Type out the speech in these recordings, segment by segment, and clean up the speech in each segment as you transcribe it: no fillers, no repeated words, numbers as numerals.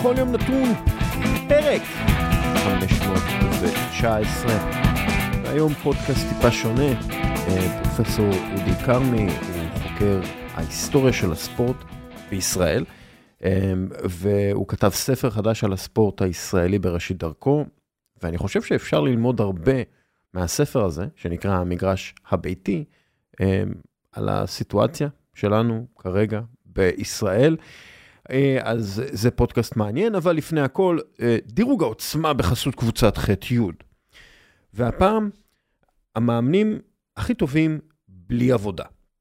בכל יום נתון פרק 519. והיום פודקאסט טיפה שונה. פרופסור אודי קרני הוא חוקר ההיסטוריה של הספורט בישראל, והוא כתב ספר חדש על הספורט הישראלי בראשית דרכו, ואני חושב שאפשר ללמוד הרבה מהספר הזה, שנקרא המגרש הביתי, על הסיטואציה שלנו כרגע בישראל. אז זה פודקאסט מעניין, אבל לפני הכל, דירוג העוצמה בחסות קבוצת ח'-י'. והפעם, המאמנים הכי טובים בלי עבודה.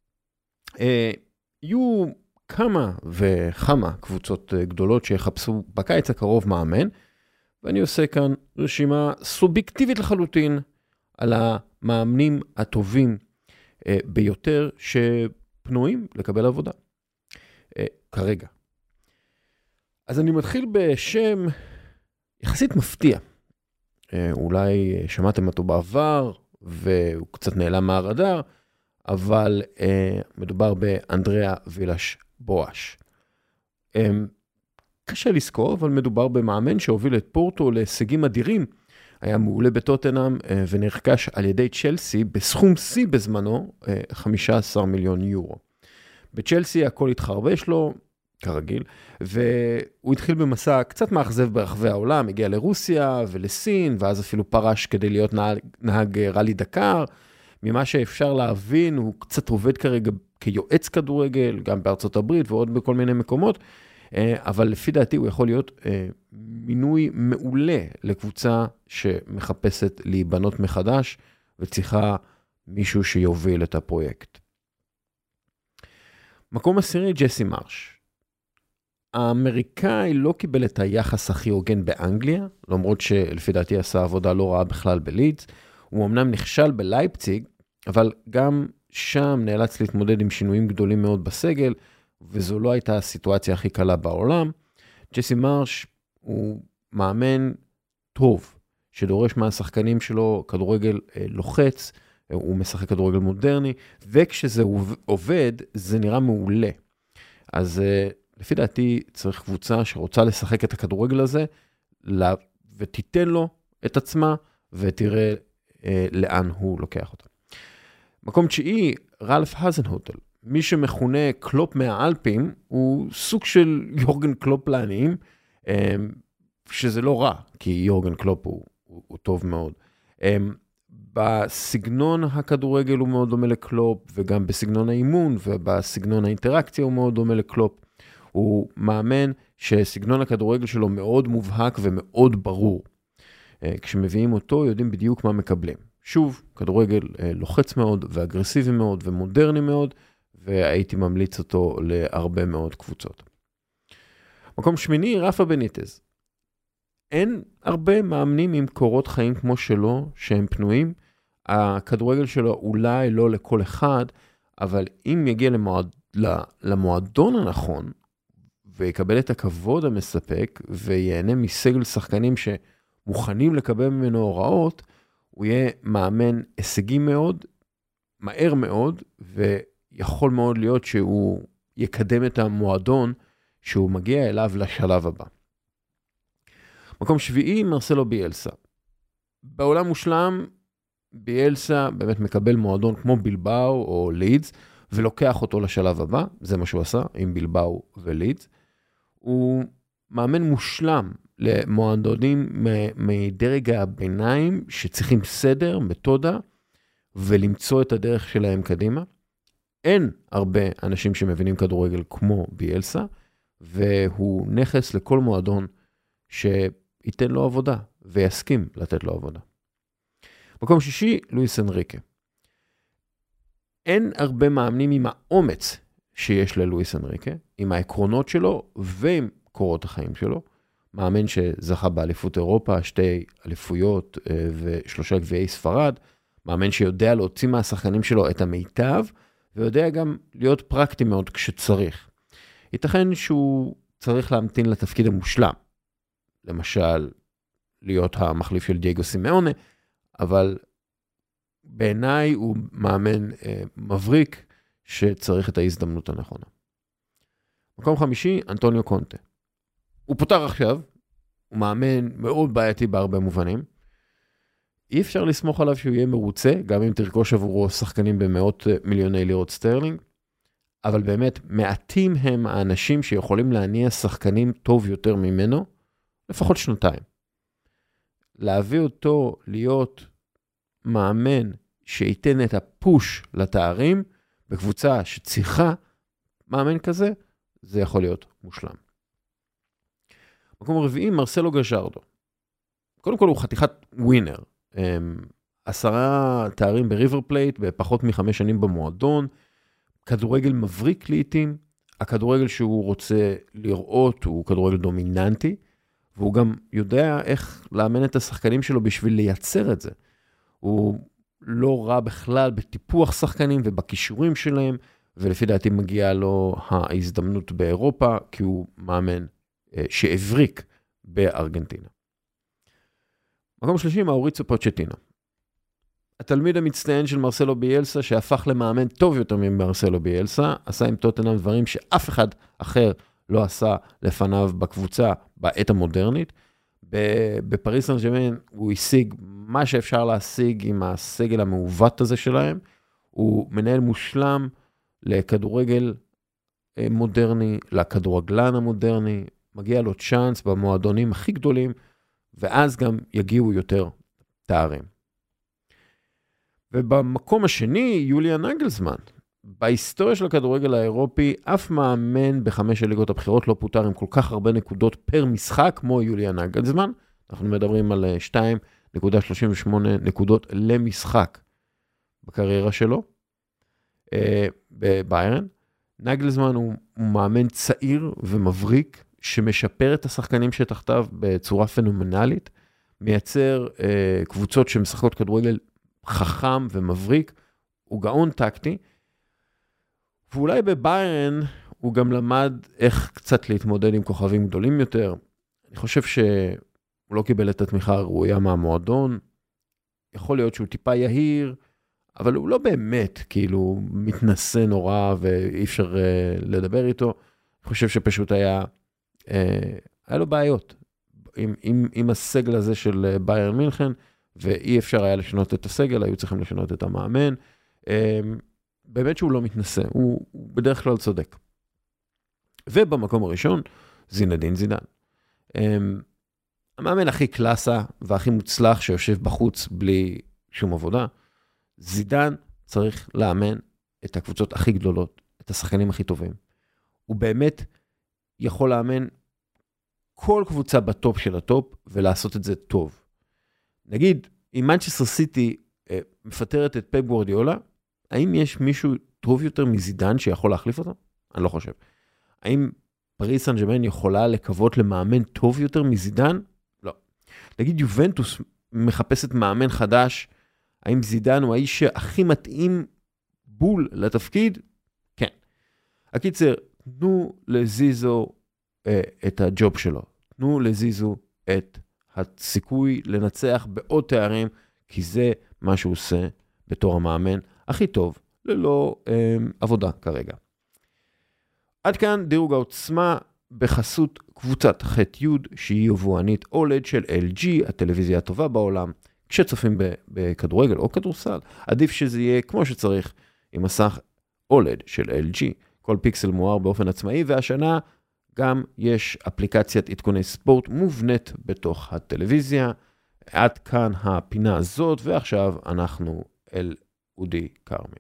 יהיו כמה וכמה קבוצות גדולות שיחפשו בקיץ הקרוב מאמן, ואני עושה כאן רשימה סובייקטיבית לחלוטין על המאמנים הטובים ביותר שפנויים לקבל עבודה. כרגע. אז אני מתחיל בשם יחסית מפתיע. אולי שמעתם אותו בעבר, והוא קצת נעלם מהרדאר, אבל מדובר באנדריאה וילש בואש. קשה לזכור, אבל מדובר במאמן שהוביל את פורטו להישגים אדירים. היה מעולה בטוטנהאם ונרכש על ידי צ'לסי בסכום C בזמנו, 15 מיליון יורו. בצ'לסי הכל התחרבש לו, כרגיל, והוא התחיל במסע קצת מאכזב ברחבי העולם, הגיע לרוסיה ולסין, ואז אפילו פרש כדי להיות נהג רלי דקר. ממה שאפשר להבין, הוא קצת עובד כרגע כיועץ כדורגל, גם בארצות הברית ועוד בכל מיני מקומות, אבל לפי דעתי הוא יכול להיות מינוי מעולה לקבוצה שמחפשת להיבנות מחדש, וצריכה מישהו שיוביל את הפרויקט. מקום עשירי, ג'סי מרש. האמריקאי לא קיבל את היחס הכי הוגן באנגליה, למרות שלפי דעתי עשה עבודה לא רעה בכלל בלידס. הוא אמנם נכשל בלייפציג, אבל גם שם נאלץ להתמודד עם שינויים גדולים מאוד בסגל, וזו לא הייתה הסיטואציה הכי קלה בעולם. ג'סי מרש הוא מאמן טוב, שדורש מהשחקנים שלו כדורגל לוחץ, הוא משחק כדורגל מודרני, וכשזה עובד, זה נראה מעולה. אז לפי דעתי צריך קבוצה שרוצה לשחק את הכדורגל הזה, ותיתן לו את עצמה, ותראה לאן הוא לוקח אותה. מקום תשיעי, רלף האזנהוטל. מי שמכונה קלופ מהאלפים, הוא סוג של יורגן קלופ לעניים, שזה לא רע, כי יורגן קלופ הוא טוב מאוד. בסגנון הכדורגל הוא מאוד דומה לקלופ, וגם בסגנון האימון, ובסגנון האינטראקציה הוא מאוד דומה לקלופ. הוא מאמן שסגנון הכדורגל שלו מאוד מובהק ומאוד ברור. כשמביאים אותו, יודעים בדיוק מה מקבלים. שוב, כדורגל לוחץ מאוד ואגרסיבי מאוד ומודרני מאוד, והייתי ממליץ אותו להרבה מאוד קבוצות. מקום שמיני, רפה בניטז. אין הרבה מאמנים עם קורות חיים כמו שלו, שהם פנויים. הכדורגל שלו אולי לא לכל אחד, אבל אם יגיע למועדון הנכון, ויקבל את הכבוד המספק, ויהנה מסגל שחקנים שמוכנים לקבל ממנו הוראות, הוא יהיה מאמן הישגי מאוד, מהר מאוד, ויכול מאוד להיות שהוא יקדם את המועדון, שהוא מגיע אליו לשלב הבא. מקום שביעי, מרסלו ביאלסה. בעולם מושלם, ביאלסה באמת מקבל מועדון כמו בילבאו או לידס, ולוקח אותו לשלב הבא, זה מה שהוא עשה עם בילבאו ולידס. הוא מאמן מושלם למועדונים מדרג הביניים, שצריכים סדר, מתודה, ולמצוא את הדרך שלהם קדימה. אין הרבה אנשים שמבינים כדורגל כמו ביאלסה, והוא נכס לכל מועדון שייתן לו עבודה, ויסכים לתת לו עבודה. מקום שישי, לואיס אנריקה. אין הרבה מאמנים עם האומץ שיש ללואיס אנריקה, עם העקרונות שלו ועם קורות החיים שלו. מאמן שזכה באליפות אירופה, 2 אליפויות ו3 גביעי ספרד. מאמן שיודע להוציא מהשחקנים שלו את המיטב, ויודע גם להיות פרקטי מאוד כשצריך. ייתכן שהוא צריך להמתין לתפקיד המושלם. למשל, להיות המחליף של דייגו סימאונה, אבל בעיניי הוא מאמן מבריק שצריך את ההזדמנות הנכונה. מקום חמישי, אנטוניו קונטה. הוא פותר עכשיו, הוא מאמן מאוד בעייתי בהרבה מובנים, אי אפשר לסמוך עליו שהוא יהיה מרוצה, גם אם תרכוש עבורו שחקנים במאות מיליוני לירות סטרלינג, אבל באמת מעטים הם האנשים שיכולים להניע שחקנים טוב יותר ממנו, לפחות שנתיים. להביא אותו להיות מאמן שייתן את הפוש לתארים, בקבוצה שצריכה מאמן כזה, זה יכול להיות מושלם. מקום הרביעי, מרסלו גז'רדו. קודם כל הוא חתיכת ווינר. 10 תארים בריבר פלייט, בפחות מ5 שנים במועדון, כדורגל מבריק לעתים, הכדורגל שהוא רוצה לראות הוא כדורגל דומיננטי, והוא גם יודע איך לאמן את השחקנים שלו בשביל לייצר את זה. הוא לא רע בכלל בטיפוח שחקנים ובכישורים שלהם, ולפי דעתי מגיעה לו ההזדמנות באירופה, כי הוא מאמן שהבריק בארגנטינה. מקום שלישי, מאוריציו פוצ'טינו. התלמיד המצטיין של מרסלו ביאלסה, שהפך למאמן טוב יותר ממרסלו ביאלסה, עשה עם טוטנהאם דברים שאף אחד אחר לא עשה לפניו בקבוצה בעת המודרנית. בפריס סן ז'רמן הוא השיג מה שאפשר להשיג עם הסגל המעוות הזה שלהם. הוא מנהל מושלם לכדורגל מודרני, לכדורגלן המודרני, מגיע לו צ'אנס במועדונים הכי גדולים, ואז גם יגיעו יותר תארים. ובמקום השני, יוליאן נגלסמן. בהיסטוריה של הכדורגל האירופי, אף מאמן ב5 הליגות הבחירות לא פוטר עם כל כך הרבה נקודות פר משחק, כמו יוליאן נגלסמן. אנחנו מדברים על 2.38 נקודות למשחק בקריירה שלו, בביירן. נגלסמן הוא מאמן צעיר ומבריק, שמשפר את השחקנים שתחתיו בצורה פנומנלית, מייצר קבוצות שמשחקות כדורגל חכם ומבריק, הוא גאון טקטי, ואולי בביירן הוא גם למד איך קצת להתמודד עם כוכבים גדולים יותר. אני חושב שהוא לא קיבל את התמיכה הראויה מהמועדון, יכול להיות שהוא טיפה יהיר, אבל הוא לא באמת כאילו מתנסה נורא ואי אפשר לדבר איתו. אני חושב שפשוט היה לו בעיות עם הסגל הזה של ביירן מינכן, ואי אפשר היה לשנות את הסגל, היו צריכים לשנות את המאמן. באמת שהוא לא מתנסה, הוא בדרך כלל צודק. ובמקום הראשון, זינדין זידן. המאמן הכי קלאסה והכי מוצלח שיושב בחוץ בלי שום עבודה. זידן צריך לאמן את הקבוצות הכי גדולות, את השחקנים הכי טובים. הוא באמת יכול לאמן כל קבוצה בטופ של הטופ, ולעשות את זה טוב. נגיד, אם מנצ'סטר סיטי מפטרת את פפ גוארדיולה, האם יש מישהו טוב יותר מזידן שיכול להחליף אותו? אני לא חושב. האם פריס סן ז'רמן יכולה לקוות למאמן טוב יותר מזידן? לא. נגיד, יובנטוס מחפשת מאמן חדש, האם זידן הוא האיש שהכי מתאים בול לתפקיד? כן. הקיצר, תנו לזיזו את הג'וב שלו. תנו לזיזו את הסיכוי לנצח בעוד תארים, כי זה מה שהוא עושה בתור המאמן הכי טוב, ללא עבודה כרגע. עד כאן דירוג העוצמה בחסות קבוצת ח' י' שהיא יבואנית אולד של LG, הטלוויזיה הטובה בעולם. כשצופים בכדורגל או כדורסל, עדיף שזה יהיה כמו שצריך עם מסך אולד של LG. כל פיקסל מואר באופן עצמאי, והשנה גם יש אפליקציית עדכוני ספורט מובנית בתוך הטלוויזיה. עד כאן הפינה הזאת, ועכשיו אנחנו אל אודי קרמי.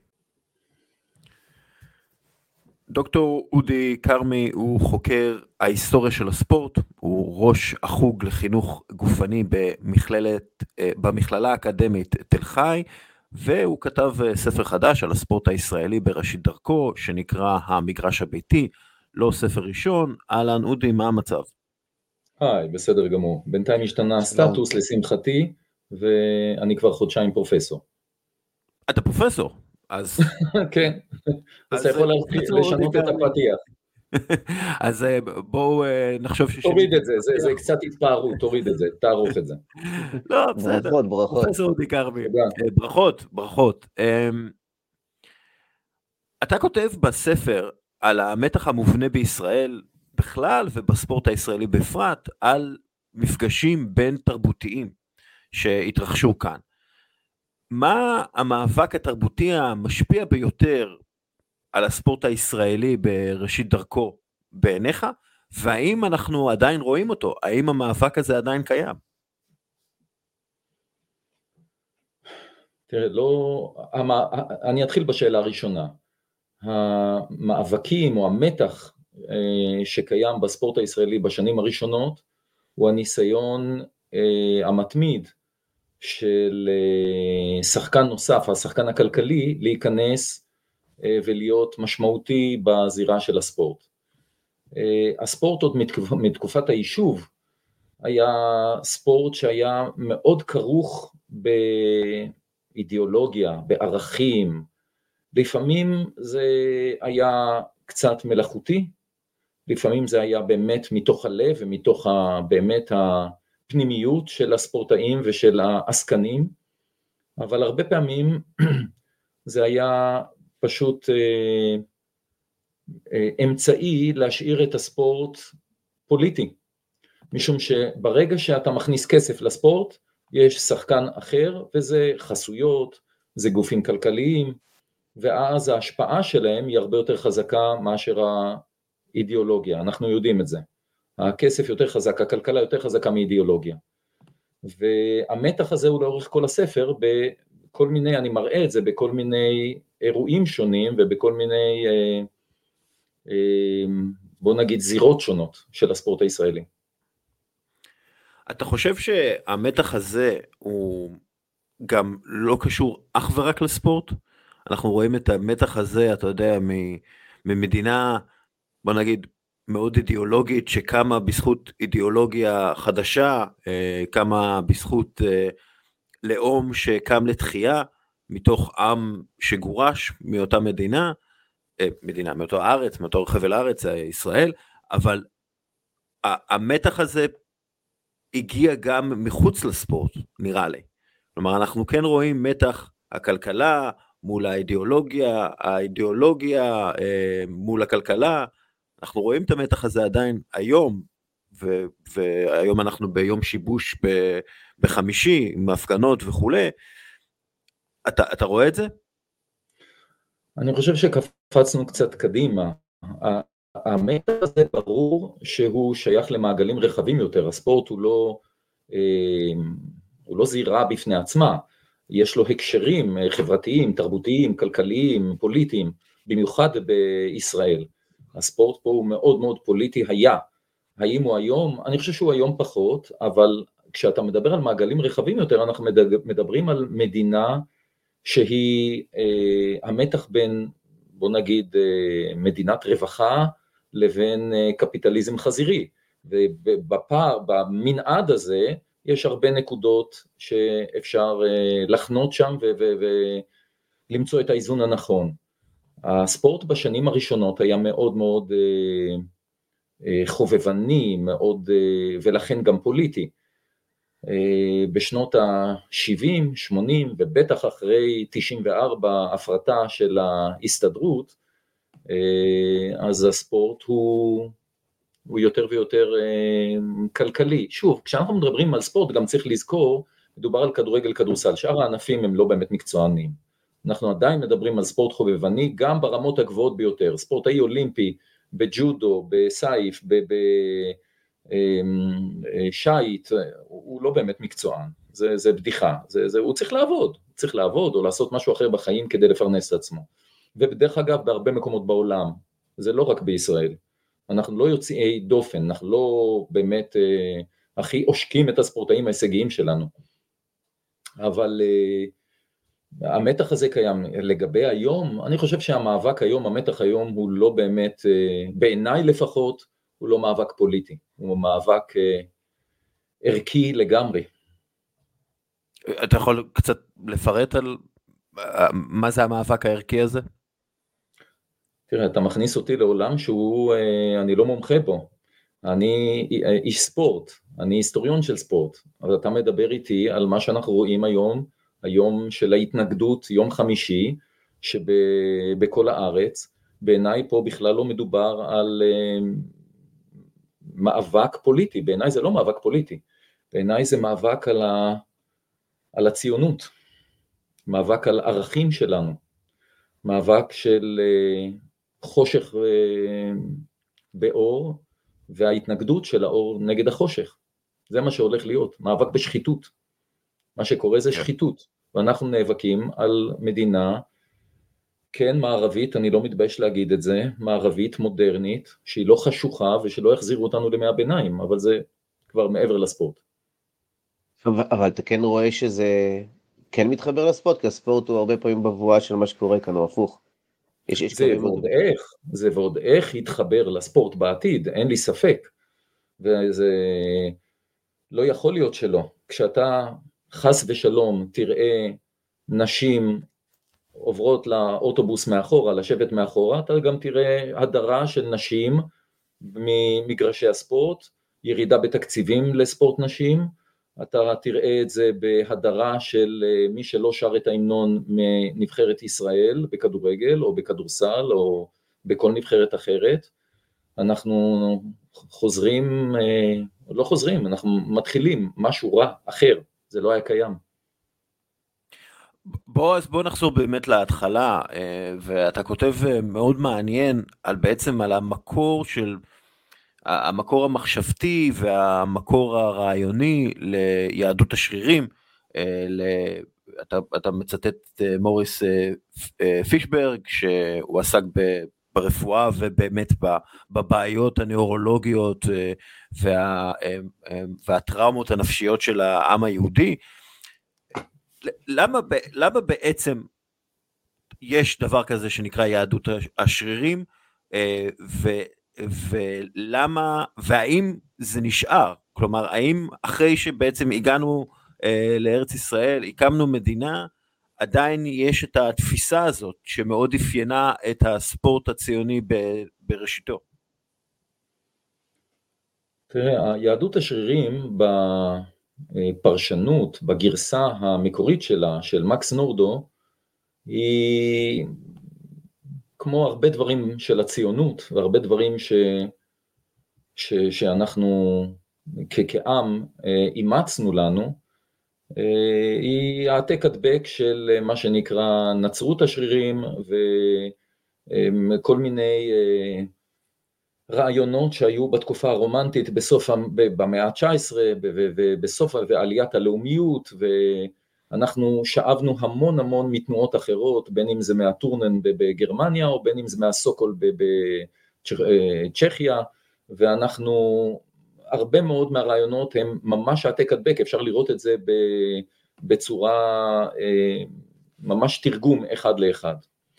דוקטור אודי קרמי הוא חוקר ההיסטוריה של הספורט, הוא ראש החוג לחינוך גופני במכללה האקדמית תל חי, והוא כתב ספר חדש על הספורט הישראלי בראשית דרכו, שנקרא המגרש הביתי, לא ספר ראשון. אהלן אודי, מה המצב? היי, בסדר גמור. בינתיים השתנה סטטוס לשמחתי, ואני כבר חודשיים פרופסור. אתה פרופסור? אז... כן, אז אתה יכול לשנות את הפתיח. אז בואו נחשוב תוריד את זה, זה קצת התפארות, תוריד את זה, תערוך את זה. לא, בסדר. ברכות. פרופסור אודי קרמי. ברכות. אתה כותב בספר על המתח המובנה בישראל בכלל ובספורט הישראלי בפרט על מפגשים בין תרבותיים שהתרחשו כאן. מה המאבק התרבותי המשפיע ביותר על הספורט הישראלי בראשית דרכו בעיניך, והאם אנחנו עדיין רואים אותו? האם המאבק הזה עדיין קיים? תראה, אני אתחיל בשאלה הראשונה. המאבקים או המתח שקיים בספורט הישראלי בשנים הראשונות, הוא הניסיון המתמיד של שחקן נוסף, השחקן הכלכלי, להיכנס ולהיות משמעותי בזירה של הספורט. הספורט עוד מתקופת היישוב היה ספורט שהיה מאוד כרוך באידיאולוגיה, בערכים. לפעמים זה היה קצת מלאכותי, לפעמים זה היה באמת מתוך הלב ומתוך באמת הפנימיות של הספורטאים ושל העסקנים, אבל הרבה פעמים זה היה פשוט אמצעי להשאיר את הספורט פוליטי, משום שברגע שאתה מכניס כסף לספורט, יש שחקן אחר, וזה חסויות, זה גופים כלכליים, ואז ההשפעה שלהם היא הרבה יותר חזקה מאשר האידיאולוגיה, אנחנו יודעים את זה. הכסף יותר חזק, הכלכלה יותר חזקה מאידיאולוגיה. והמתח הזה הוא לאורך כל הספר, בכל מיני, אני מראה את זה בכל מיני אירועים שונים, ובכל מיני, בוא נגיד, זירות שונות של הספורט הישראלי. אתה חושב שהמתח הזה הוא גם לא קשור אך ורק לספורט? אנחנו רואים את המתח הזה, אתה יודע, ממדינה, בוא נגיד, מאוד אידיאולוגית, שקמה בזכות אידיאולוגיה חדשה, קמה בזכות לאום שקם לתחייה, מתוך עם שגורש מאותה מדינה, מאותו הארץ, מאותו חבל הארץ, ישראל, אבל המתח הזה הגיע גם מחוץ לספורט, נראה לי. כלומר, אנחנו כן רואים מתח הכלכלה מול האידיאולוגיה, האידיאולוגיה מול הכלכלה, אנחנו רואים את המתח הזה עדיין היום, והיום אנחנו ביום שיבוש בחמישי, עם הפגנות וכו'. אתה רואה את זה? אני חושב שקפצנו קצת קדימה. המתח הזה ברור שהוא שייך למעגלים רחבים יותר, הספורט הוא לא זירה בפני עצמה, יש לו הקשרים חברתיים, תרבותיים, כלכליים, פוליטיים, במיוחד בישראל. הספורט פה הוא מאוד מאוד פוליטי היה. האם הוא היום? אני חושב שהוא היום פחות, אבל כשאתה מדבר על מעגלים רחבים יותר, אנחנו מדברים על מדינה שהיא המתח בין, בוא נגיד, מדינת רווחה לבין קפיטליזם חזירי. ובפער, במנעד הזה, יש הרבה נקודות שאפשר לחנות שם ולמצוא את האיזון הנכון. הספורט בשנים הראשונות היה מאוד מאוד חובבני, מאוד, ולכן גם פוליטי. בשנות ה-70, 80, ובטח אחרי 94, הפרטה של ההסתדרות, אז הספורט הוא יותר ויותר כלכלי. שוב, כשאנחנו מדברים על ספורט, גם צריך לזכור, מדובר על כדורגל, כדורסל, שאר הענפים הם לא באמת מקצוענים. אנחנו עדיין מדברים על ספורט חובבני, גם ברמות הגבוהות ביותר, ספורטאי אולימפי, בג'ודו, בסייף, בשייט, הוא לא באמת מקצוען, זה בדיחה, הוא צריך לעבוד או לעשות משהו אחר בחיים כדי לפרנס את עצמו. ובדרך אגב, בהרבה מקומות בעולם, זה לא רק בישראל, אנחנו לא יוצאי דופן, אנחנו לא באמת הכי עושקים את הספורטאים ההישגיים שלנו, אבל המתח הזה קיים. לגבי היום, אני חושב שהמאבק היום, המתח היום הוא לא באמת, בעיניי לפחות, הוא לא מאבק פוליטי, הוא מאבק ערכי לגמרי. אתה יכול קצת לפרט על מה זה המאבק הערכי הזה? תראה, אתה מכניס אותי לעולם שהוא, אני לא מומחה בו, אני איש ספורט, אני היסטוריון של ספורט, אבל אתה מדבר איתי על מה שאנחנו רואים היום של ההתנגדות, יום חמישי, שבכל הארץ, בעיניי פה בכלל לא מדובר על מאבק פוליטי, בעיניי זה לא מאבק פוליטי, בעיניי זה מאבק על הציונות, מאבק על ערכים שלנו, מאבק של חושך באור, וההתנגדות של האור נגד החושך, זה מה שהולך להיות, מאבק בשחיתות, מה שקורה זה שחיתות, ואנחנו נאבקים על מדינה, כן מערבית, אני לא מתבייש להגיד את זה, מערבית מודרנית, שהיא לא חשוכה ושלא יחזירו אותנו לימי הביניים, אבל זה כבר מעבר לספורט. אבל אתה כן רואה שזה כן מתחבר לספורט, כי הספורט הוא הרבה פעמים בבואה של מה שקורה כאן, או הפוך. זה ועוד איך יתחבר לספורט בעתיד, אין לי ספק, וזה לא יכול להיות שלא. כשאתה חס ושלום תראה נשים עוברות לאוטובוס מאחורה, לשבת מאחורה, אתה גם תראה הדרה של נשים ממגרשי הספורט, ירידה בתקציבים לספורט נשים, אתה תראה את זה בהדרה של מי שלא שר את ההמנון מנבחרת ישראל בכדורגל או בכדורסל או בכל נבחרת אחרת. אנחנו חוזרים, לא חוזרים, אנחנו מתחילים משהו רע אחר, זה לא היה קיים. בוא נחזור באמת להתחלה, ואתה כותב מאוד מעניין בעצם על המקור המחשבתי והמקור הרעיוני ליהדות השרירים. אתה מצטט את מוריס פישברג, שהוא עסק ברפואה ובאמת בבעיות הנאורולוגיות והטראומות הנפשיות של העם היהודי. למה בעצם יש דבר כזה שנקרא יהדות השרירים, ולמה, והאם זה נשאר? כלומר, האם אחרי שבעצם הגענו לארץ ישראל, הקמנו מדינה, עדיין יש את התפיסה הזאת שמאוד אפיינה את הספורט הציוני בראשיתו? תראה, יהדות השרירים בפרשנות, בגרסה המקורית שלה, של מקס נורדו, היא כמו הרבה דברים של הציונות, והרבה דברים שאנחנו כעם אימצנו לנו, היא העתק הדבק של מה שנקרא נצרות השרירים, וכל מיני רעיונות שהיו בתקופה הרומנטית במאה ה-19, ובסוף ועליית הלאומיות, ואנחנו שאבנו המון המון מתנועות אחרות, בין אם זה מהטורנן בגרמניה, או בין אם זה מהסוקול בצ'כיה, ואנחנו, הרבה מאוד מהרעיונות הם ממש העתק הדבק, אפשר לראות את זה בצורה, ממש תרגום אחד לאחד.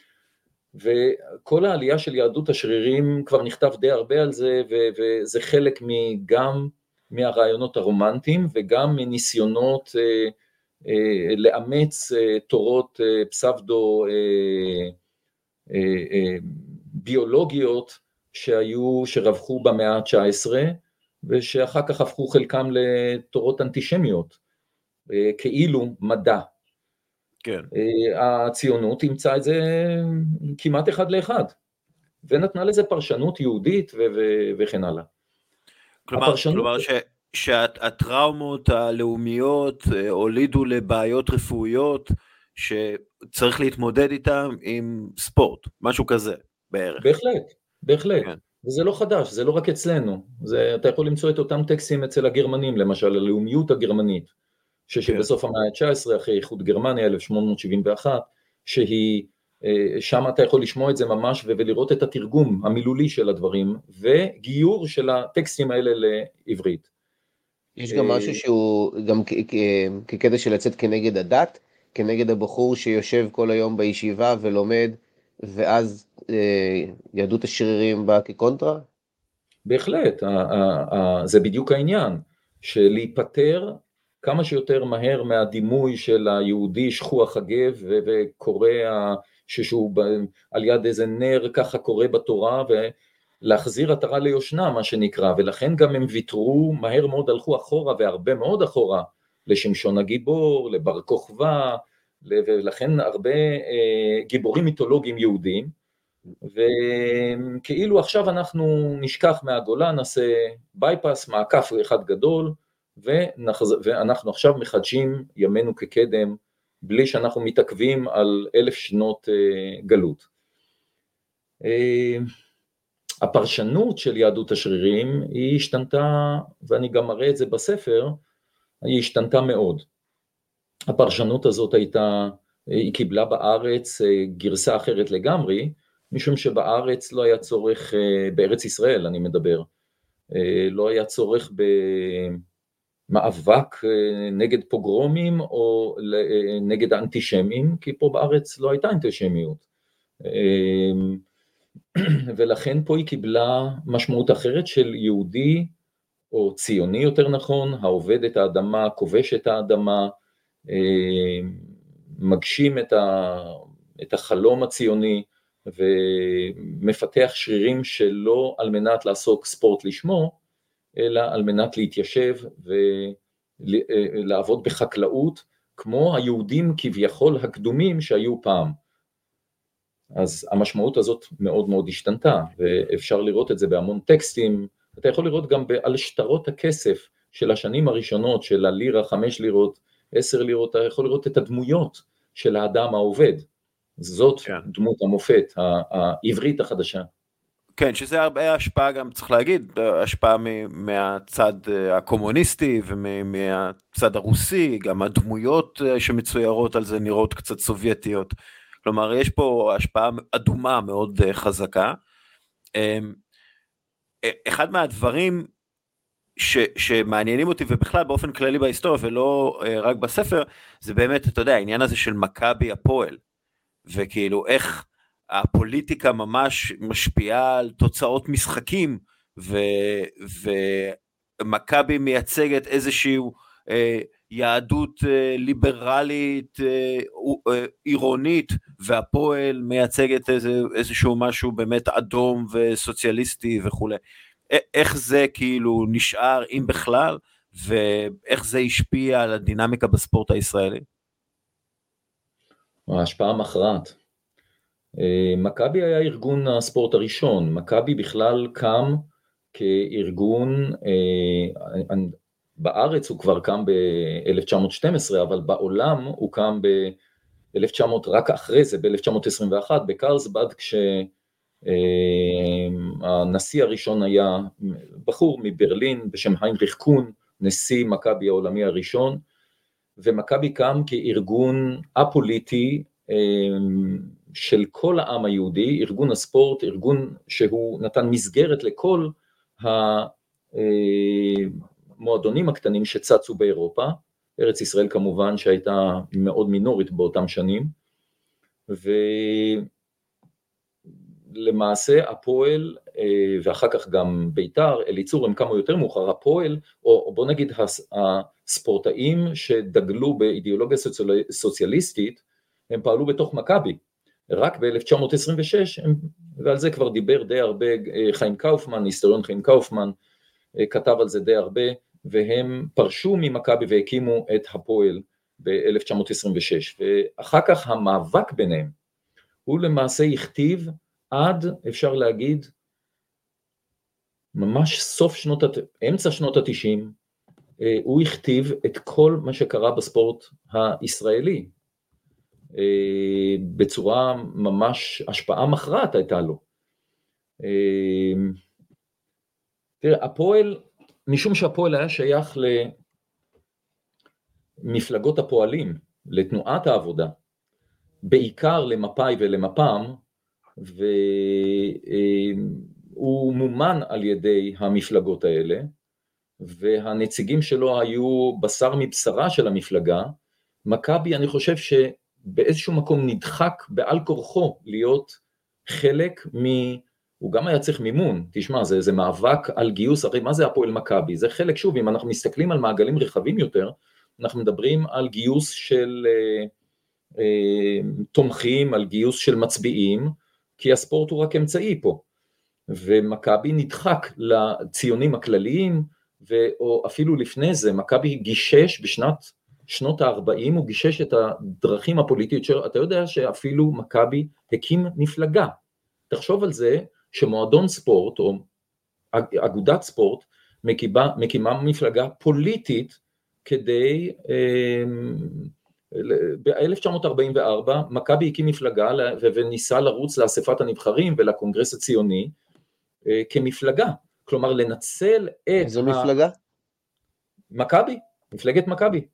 וכל העלייה של יהדות השרירים כבר נכתב די הרבה על זה, וזה חלק גם מהרעיונות הרומנטיים, וגם מניסיונות לאמץ תורות פסבדו ביולוגיות שרווחו במאה ה-19, ושאחר כך הפכו חלקם לתורות אנטישמיות, כאילו מדע. כן. הציונות אימצה את זה כמעט אחד לאחד, ונתנה לזה פרשנות יהודית וכן הלאה. כלומר שהטראומות הלאומיות הולידו לבעיות רפואיות שצריך להתמודד איתם עם ספורט, משהו כזה בערך. בהחלט. כן. וזה לא חדש, זה לא רק אצלנו, אתה יכול למצוא את אותם טקסטים אצל הגרמנים, למשל הלאומיות הגרמנית, שבסוף המאה ה-19, אחרי איחוד גרמניה 1871, שם אתה יכול לשמוע את זה ממש, ולראות את התרגום המילולי של הדברים, וגיור של הטקסטים האלה לעברית. יש גם משהו שהוא גם כקטע של לצאת כנגד הדת, כנגד הבחור שיושב כל היום בישיבה ולומד, ואז יהדות השרירים באה כקונטרה? בהחלט, זה בדיוק העניין, שלהיפטר כמה שיותר מהר מהדימוי של היהודי שכוח הגב, וקורא שהוא על יד איזה נר ככה קורא בתורה, ולהחזיר עטרה ליושנה מה שנקרא, ולכן גם הם ויתרו, מהר מאוד הלכו אחורה, והרבה מאוד אחורה, לשמשון הגיבור, לבר כוכבא, ולכן הרבה גיבורים מיתולוגיים יהודים, וכאילו עכשיו אנחנו נשכח מהגולה, נעשה בייפס, מעקף אחד גדול, ואנחנו עכשיו מחדשים ימינו כקדם, בלי שאנחנו מתעכבים על 1000 שנות גלות. הפרשנות של יהדות השרירים היא השתנתה, ואני גם מראה את זה בספר, היא השתנתה מאוד. הפרשנות הזאת היא קיבלה בארץ גרסה אחרת לגמרי, משום שבארץ לא היה צורך, בארץ ישראל אני מדבר, לא היה צורך במאבק נגד פוגרומים או נגד האנטישמים, כי פה בארץ לא הייתה אנטישמיות. ולכן פה היא קיבלה משמעות אחרת של יהודי, או ציוני יותר נכון, העובד את האדמה, כובש את האדמה, מגשים את החלום הציוני, ומפתח שרירים שלא על מנת לעסוק ספורט לשמו, אלא על מנת להתיישב ולעבוד בחקלאות, כמו היהודים כביכול הקדומים שהיו פעם. אז המשמעות הזאת מאוד מאוד השתנתה, ואפשר לראות את זה בהמון טקסטים, אתה יכול לראות גם על שטרות הכסף של השנים הראשונות, של הלירה, 5 לירות, 10 לירות, אתה יכול לראות את הדמויות של האדם העובד, זאת דמות המופת, העברית החדשה. כן, שזה הרבה השפעה גם, צריך להגיד, השפעה מהצד הקומוניסטי ומהצד הרוסי, גם הדמויות שמצוירות על זה נראות קצת סובייטיות, כלומר יש פה השפעה אדומה מאוד חזקה. אחד מהדברים שמעניינים אותי ובכלל באופן כללי בהיסטוריה ולא רק בספר, זה באמת, אתה יודע, העניין הזה של מכבי הפועל, וכאילו איך הפוליטיקה ממש משפיעה על תוצאות משחקים, ומכבי מייצגת איזשהו יהדות ליברלית עירונית, והפועל מייצגת איזשהו משהו באמת אדום וסוציאליסטי וכו'. איך זה כאילו נשאר, אם בכלל, ואיך זה השפיע על הדינמיקה בספורט הישראלי? ההשפעה מכרעת. מכבי היה ארגון הספורט הראשון, מכבי בכלל קם כארגון, בארץ הוא כבר קם ב-1912, אבל בעולם הוא קם ב-1900, רק אחרי זה, ב-1921, בקרלסבאד, כשהנשיא הראשון היה בחור מברלין בשם היינריך קון, נשיא מכבי העולמי הראשון, ומכבי קם כארגון הפוליטי של כל העם היהודי, ארגון הספורט, ארגון שהוא נתן מסגרת לכל המועדונים הקטנים שצצו באירופה, ארץ ישראל כמובן שהייתה מאוד מינורית באותם שנים, ולמעשה הפועל, ואחר כך גם ביתר, אליצור, הם קמו יותר מאוחר, הפועל, או בוא נגיד הספורטאים שדגלו באידיאולוגיה סוציאליסטית, הם פעלו בתוך מכבי, רק ב-1926, ועל זה כבר דיבר די הרבה חיים קאופמן, היסטוריון חיים קאופמן, כתב על זה די הרבה, והם פרשו ממכבי והקימו את הפועל ב-1926, ואחר כך המאבק ביניהם, הוא למעשה הכתיב עד, אפשר להגיד, ממש אמצע שנות ה-90, הוא הכתיב את כל מה שקרה בספורט הישראלי, בצורה ממש השפעה מכרעת הייתה לו. תראה, הפועל, משום שהפועל היה שייך למפלגות הפועלים, לתנועת העבודה, בעיקר למפא"י ולמפ"ם, והוא מומן על ידי המפלגות האלה, והנציגים שלו היו בשר מבשרה של המפלגה. מכבי, אני חושב שבאיזשהו מקום נדחק בעל כורחו להיות חלק הוא גם היה צריך מימון, תשמע, זה מאבק על גיוס, הרי מה זה הפועל מכבי? זה חלק, שוב, אם אנחנו מסתכלים על מעגלים רחבים יותר, אנחנו מדברים על גיוס של תומכים, על גיוס של מצביעים, כי הספורט הוא רק אמצעי פה, ומכבי נדחק לציונים הכלליים, או אפילו לפני זה, מכבי גישש שנות ה-40, הוא גישש את הדרכים הפוליטיות שלו, אתה יודע שאפילו מכבי הקים מפלגה, תחשוב על זה שמועדון ספורט או אגודת ספורט מקימה מפלגה פוליטית כדי, ב-1944 מכבי הקים מפלגה וניסה לרוץ לאספת הנבחרים ולקונגרס הציוני כמפלגה, כלומר לנצל את... איזו מפלגה? מכבי, מפלגת מכבי.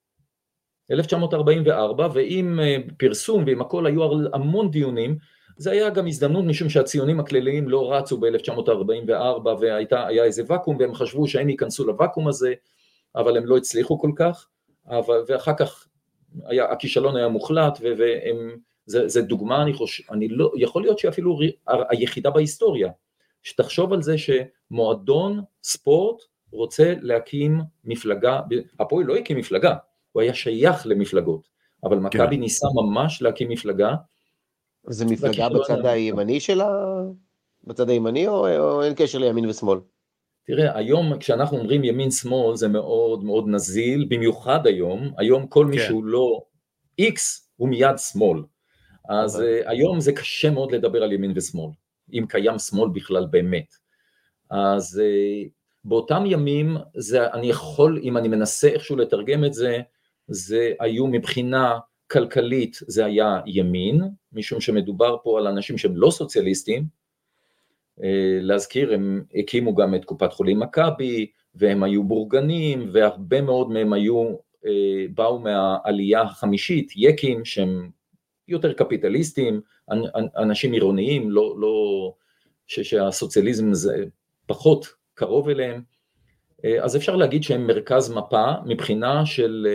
1944, ועם פרסום ועם הכל היו המון דיונים, זה היה גם הזדמנות משום שהציונים הכלליים לא רצו ב-1944 והיה איזה ואקום והם חשבו שהם ייכנסו לוואקום הזה, אבל הם לא הצליחו כל כך, ואחר כך הכישלון היה מוחלט, זה דוגמה, יכול להיות שאפילו היחידה בהיסטוריה, שתחשוב על זה שמועדון ספורט רוצה להקים מפלגה, הפועל לא הקים מפלגה, הוא היה שייך למפלגות, אבל מכבי ניסה ממש להקים מפלגה. זה מפלגה בצד הימני שלה? בצד הימני או אין קשר לימין ושמאל? תראה, היום כשאנחנו אומרים ימין שמאל זה מאוד מאוד נזיל, במיוחד היום כל מי שהוא לא X הוא מיד שמאל, אז היום זה קשה מאוד לדבר על ימין ושמאל, אם קיים שמאל בכלל באמת. אז באותם ימים, אני יכול, אם אני מנסה איכשהו לתרגם את זה, זה היו מבחינה כלכלית, זה היה ימין, משום שמדובר פה על אנשים שהם לא סוציאליסטים, להזכיר, הם הקימו גם את קופת חולים מכבי, והם היו בורגנים, והרבה מאוד מהם באו מהעלייה החמישית, יקים, שהם יותר קפיטליסטים, אנשים עירוניים, שהסוציאליזם זה פחות קרוב אליהם, אז אפשר להגיד שהם מרכז מפה, מבחינה של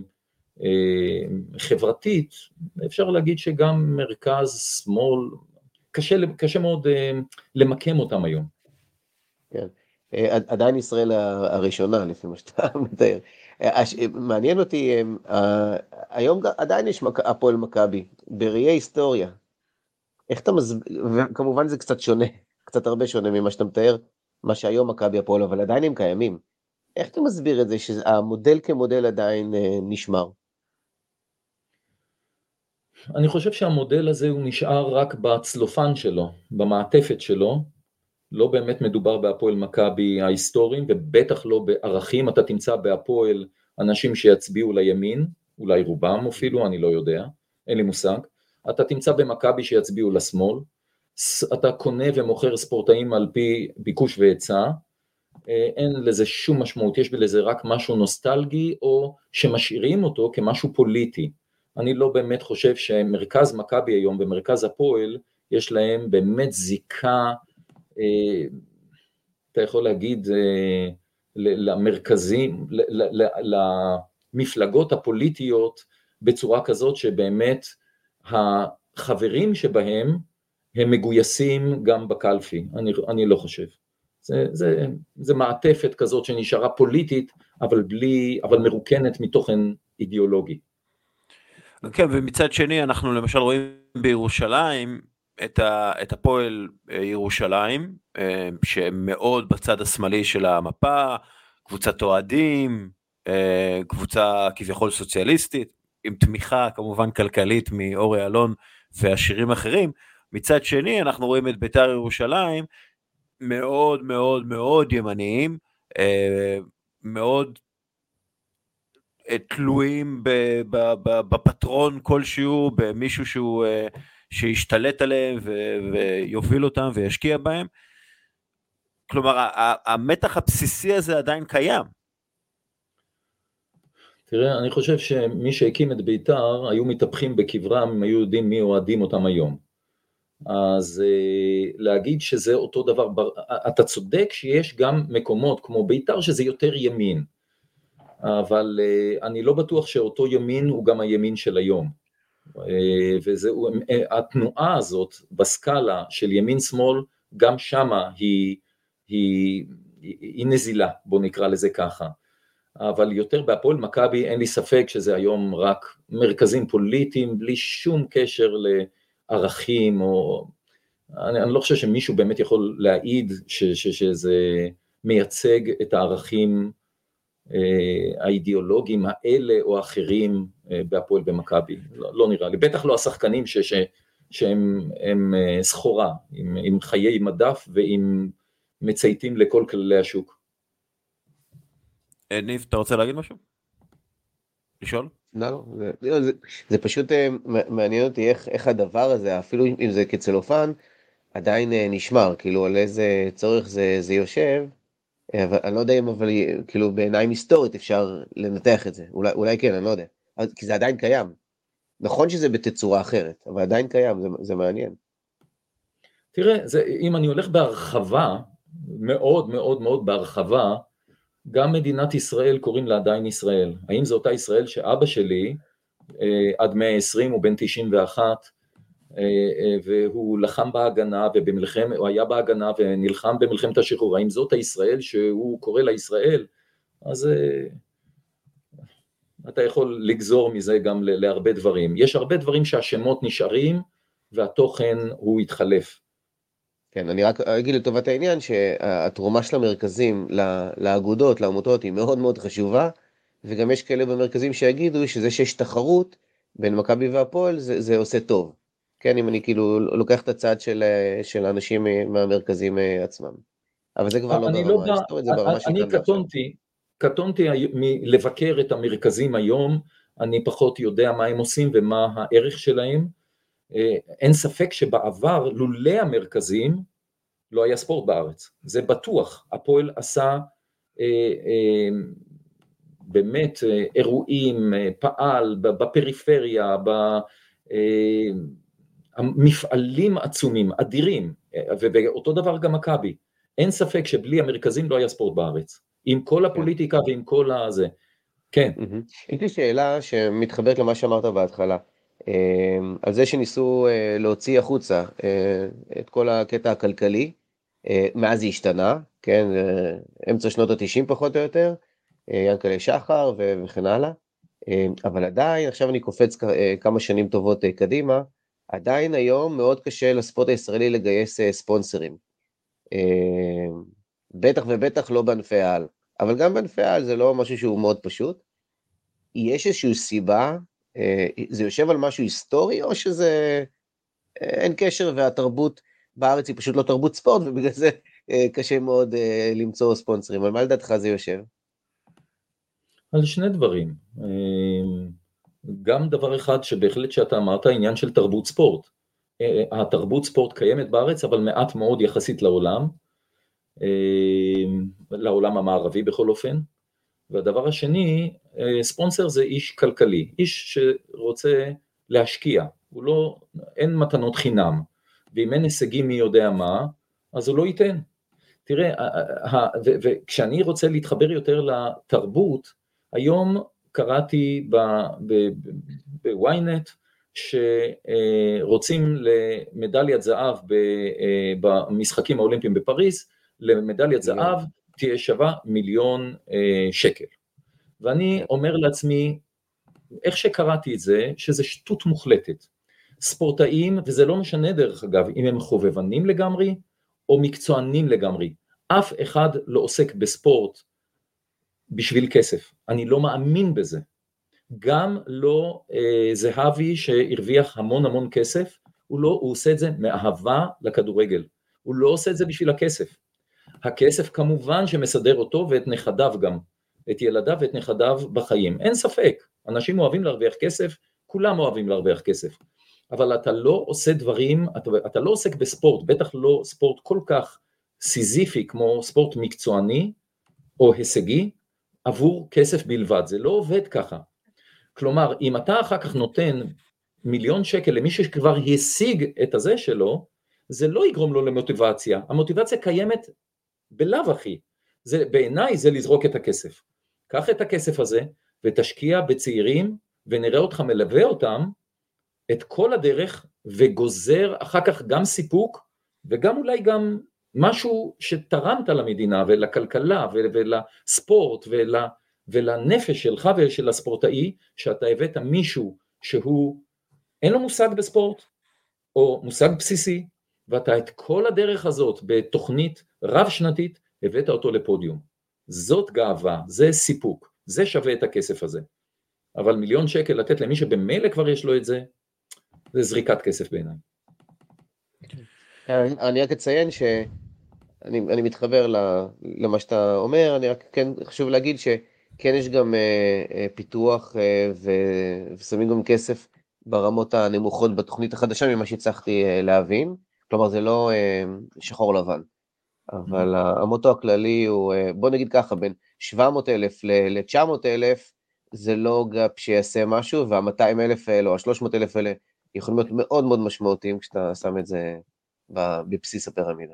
חברתית, אפשר להגיד שגם מרכז שמאל, קשה מאוד למקם אותם היום. כן, עדיין ישראל הראשונה, לפי מה שאתה מתאר. מעניין אותי, היום עדיין יש הפועל מכבי, בראייה היסטוריה. איך אתה מסביר, וכמובן זה קצת שונה, קצת הרבה שונה ממה שאתה מתאר, מה שהיום מכבי הפועל, אבל עדיין הם קיימים. איך אתה מסביר את זה שהמודל כמודל עדיין נשמר? אני חושב שהמודל הזה הוא נשאר רק בצלופן שלו, במעטפת שלו, לא באמת מדובר בהפועל מכבי ההיסטוריים, ובטח לא בערכים, אתה תמצא בהפועל אנשים שיצביעו לימין, אולי רובם אפילו, אני לא יודע, אין לי מושג, אתה תמצא במכבי שיצביעו לשמאל, אתה קונה ומוכר ספורטאים על פי ביקוש והיצע, אין לזה שום משמעות, יש בלזה רק משהו נוסטלגי, או שמשאירים אותו כמשהו פוליטי. אני לא באמת חושב שמרכז מכבי היום ומרכז הפועל, יש להם באמת זיקה, אתה יכול להגיד, למרכזים, למפלגות הפוליטיות, בצורה כזאת שבאמת החברים שבהם, הם מגויסים גם בקלפי, אני לא חושב. זה מעטפת כזאת שנשארה פוליטית, אבל מרוקנת מתוכן אידיאולוגי. כן, ומצד שני אנחנו למשל רואים בירושלים את הפועל ירושלים, שמאוד בצד השמאלי של המפה, קבוצת אוהדים, קבוצה כביכול סוציאליסטית, עם תמיכה כמובן כלכלית מאורי אלון ועשירים אחרים. מצד שני אנחנו רואים את בית"ר ירושלים, מאוד מאוד מאוד ימניים, מאוד תלויים בפטרון כלשהו, במישהו שישתלט עליהם ויוביל אותם וישקיע בהם. כלומר, המתח הבסיסי הזה עדיין קיים. תראה, אני חושב שמי שהקים את בית"ר היו מתהפכים בקברם, הם היו יודעים מי אוהדים אותם היום. אז להגיד שזה אותו דבר, אתה צודק שיש גם מקומות כמו בית"ר שזה יותר ימין, אבל אני לא בטוח שאותו ימין הוא גם הימין של היום, התנועה הזאת בסקאלה של ימין שמאל, גם שמה היא נזילה, בוא נקרא לזה ככה, אבל יותר בהפועל מכבי אין לי ספק שזה היום רק מרכזים פוליטיים, בלי שום קשר לערכים, אני לא חושב שמישהו באמת יכול להעיד שזה מייצג את הערכים האידיאולוגיים האלה או האחרים בהפועל במכבי, לא נראה לי, בטח לא השחקנים שהם סחורה, עם חיי מדף ועם מצייתים לכל כללי השוק. ניב, אתה רוצה להגיד משהו? לשאול? לא, זה פשוט מעניין אותי איך הדבר הזה, אפילו אם זה כצלופן, עדיין נשמר, כאילו על איזה צורך זה יושב, אבל אני לא יודע אם אבל כאילו בעיניים היסטורית אפשר לנתח את זה, אולי כן, אני לא יודע, כי זה עדיין קיים. נכון שזה בתצורה אחרת, אבל עדיין קיים, זה מעניין. תראה, אם אני הולך בהרחבה, מאוד מאוד מאוד בהרחבה, גם מדינת ישראל קוראים לה עדיין ישראל. האם זו אותה ישראל שאבא שלי, עד 120 הוא בן 91, והוא לחם בהגנה, הוא היה בהגנה ונלחם במלחמת השחרור, האם זאת הישראל שהוא קורא לה ישראל? אז אתה יכול לגזור מזה גם להרבה דברים. יש הרבה דברים שהשמות נשארים, והתוכן הוא התחלף. כן, אני רק אגיד לטובת העניין שהתרומה של המרכזים לאגודות, לעמותות, היא מאוד מאוד חשובה, וגם יש כאלה במרכזים שיגידו שזה שיש תחרות בין מכבי והפועל, זה עושה טוב. כן, אם אני כאילו לוקח את הצד של האנשים מהמרכזים עצמם. אבל זה כבר לא ברמה ההיסטורית, זה ברמה שכאן ועכשיו. אני קטונתי מלבקר את המרכזים היום, אני פחות יודע מה הם עושים ומה הערך שלהם. אין ספק שבעבר לולא המרכזים לא היה ספורט בארץ, זה בטוח. הפועל עשה באמת אירועים, פעל בפריפריה, המפעלים עצומים, אדירים, ואותו דבר גם מכבי. אין ספק שבלי המרכזים לא היה ספורט בארץ, עם כל הפוליטיקה ועם כל הזה. כן. יש לי שאלה שמתחברת למה שאמרת בהתחלה, על זה שניסו להוציא החוצה את כל הקטע הכלכלי, מאז זה השתנה, כן, אמצע שנות ה-90 פחות או יותר, ינקלה שחר וכן הלאה, אבל עדיין, עכשיו אני קופץ כמה שנים טובות קדימה, עדיין היום מאוד קשה לספורט הישראלי לגייס ספונסרים, בטח ובטח לא בענפי העל, אבל גם בענפי העל זה לא משהו שהוא מאוד פשוט. יש איזושהי סיבה, זה יושב על משהו היסטורי, או שזה אין קשר והתרבות בארץ היא פשוט לא תרבות ספורט, ובגלל זה קשה מאוד למצוא ספונסרים. על מה לדעתך זה יושב? על שני דברים. גם דבר אחד שבהחלט שאתה אמרת, העניין של תרבות ספורט. התרבות ספורט קיימת בארץ, אבל מעט מאוד יחסית לעולם המערבי בכל אופן. והדבר השני, ספונסר זה איש כלכלי, איש שרוצה להשקיע, אין מתנות חינם, ואם אין הישגים מי יודע מה, אז הוא לא ייתן. תראה, וכשאני רוצה להתחבר יותר לתרבות, היום קראתי בוויינט, שרוצים למדליית זהב במשחקים האולימפיים בפריז, למדליית זהב תהיה שווה $1,000,000. ואני אומר לעצמי, איך שקראתי את זה, שזה שטות מוחלטת. ספורטאים, וזה לא משנה דרך אגב, אם הם חובבנים לגמרי, או מקצוענים לגמרי. אף אחד לא עוסק בספורט בשביל כסף. אני לא מאמין בזה. גם לא זהבי שהרוויח המון המון כסף, הוא עושה את זה מאהבה לכדורגל. הוא לא עושה את זה בשביל הכסף. הכסף כמובן שמסדר אותו ואת נכדיו גם, את ילדיו ואת נכדיו בחיים. אין ספק, אנשים אוהבים להרוויח כסף, כולם אוהבים להרוויח כסף. אבל אתה לא עושה דברים, אתה לא עוסק בספורט, בטח לא ספורט כל כך סיזיפי כמו ספורט מקצועני או הישגי, עבור כסף בלבד, זה לא עובד ככה. כלומר, אם אתה אחר כך נותן $1,000,000 למי שכבר השיג את הזה שלו, זה לא יגרום לו למוטיבציה, המוטיבציה קיימת בלב אחי, בעיניי זה לזרוק את הכסף. קח את הכסף הזה ותשקיע בצעירים ונראה אותך מלווה אותם את כל הדרך וגוזר אחר כך גם סיפוק וגם אולי גם משהו שתרמת למדינה ולכלכלה ולספורט ולנפש שלך ושל הספורטאי, שאתה הבאת מישהו שהוא אין לו מושג בספורט או מושג בסיסי, ואתה את כל הדרך הזאת בתוכנית רב שנתית הבאת אותו לפודיום. זאת גאווה, זה סיפוק, זה שווה את הכסף הזה. אבל $1,000,000 לתת למי שבמילא כבר יש לו את זה, זה זריקת כסף בעיניי. אני רק אציין שאני מתחבר למה שאתה אומר, אני רק כן חשוב להגיד שכן יש גם פיתוח ושמים גם כסף ברמות הנמוכות בתוכנית החדשה ממה שהצלחתי להבין, כלומר זה לא שחור לבן, אבל המוטו הכללי הוא, בוא נגיד ככה, בין 700,000 ל-900,000, זה לא גאפ שיעשה משהו, וה-200,000 האלה או ה-300,000 האלה יכולים להיות מאוד מאוד משמעותיים כשאתה שם את זה בבסיס הפירמידה.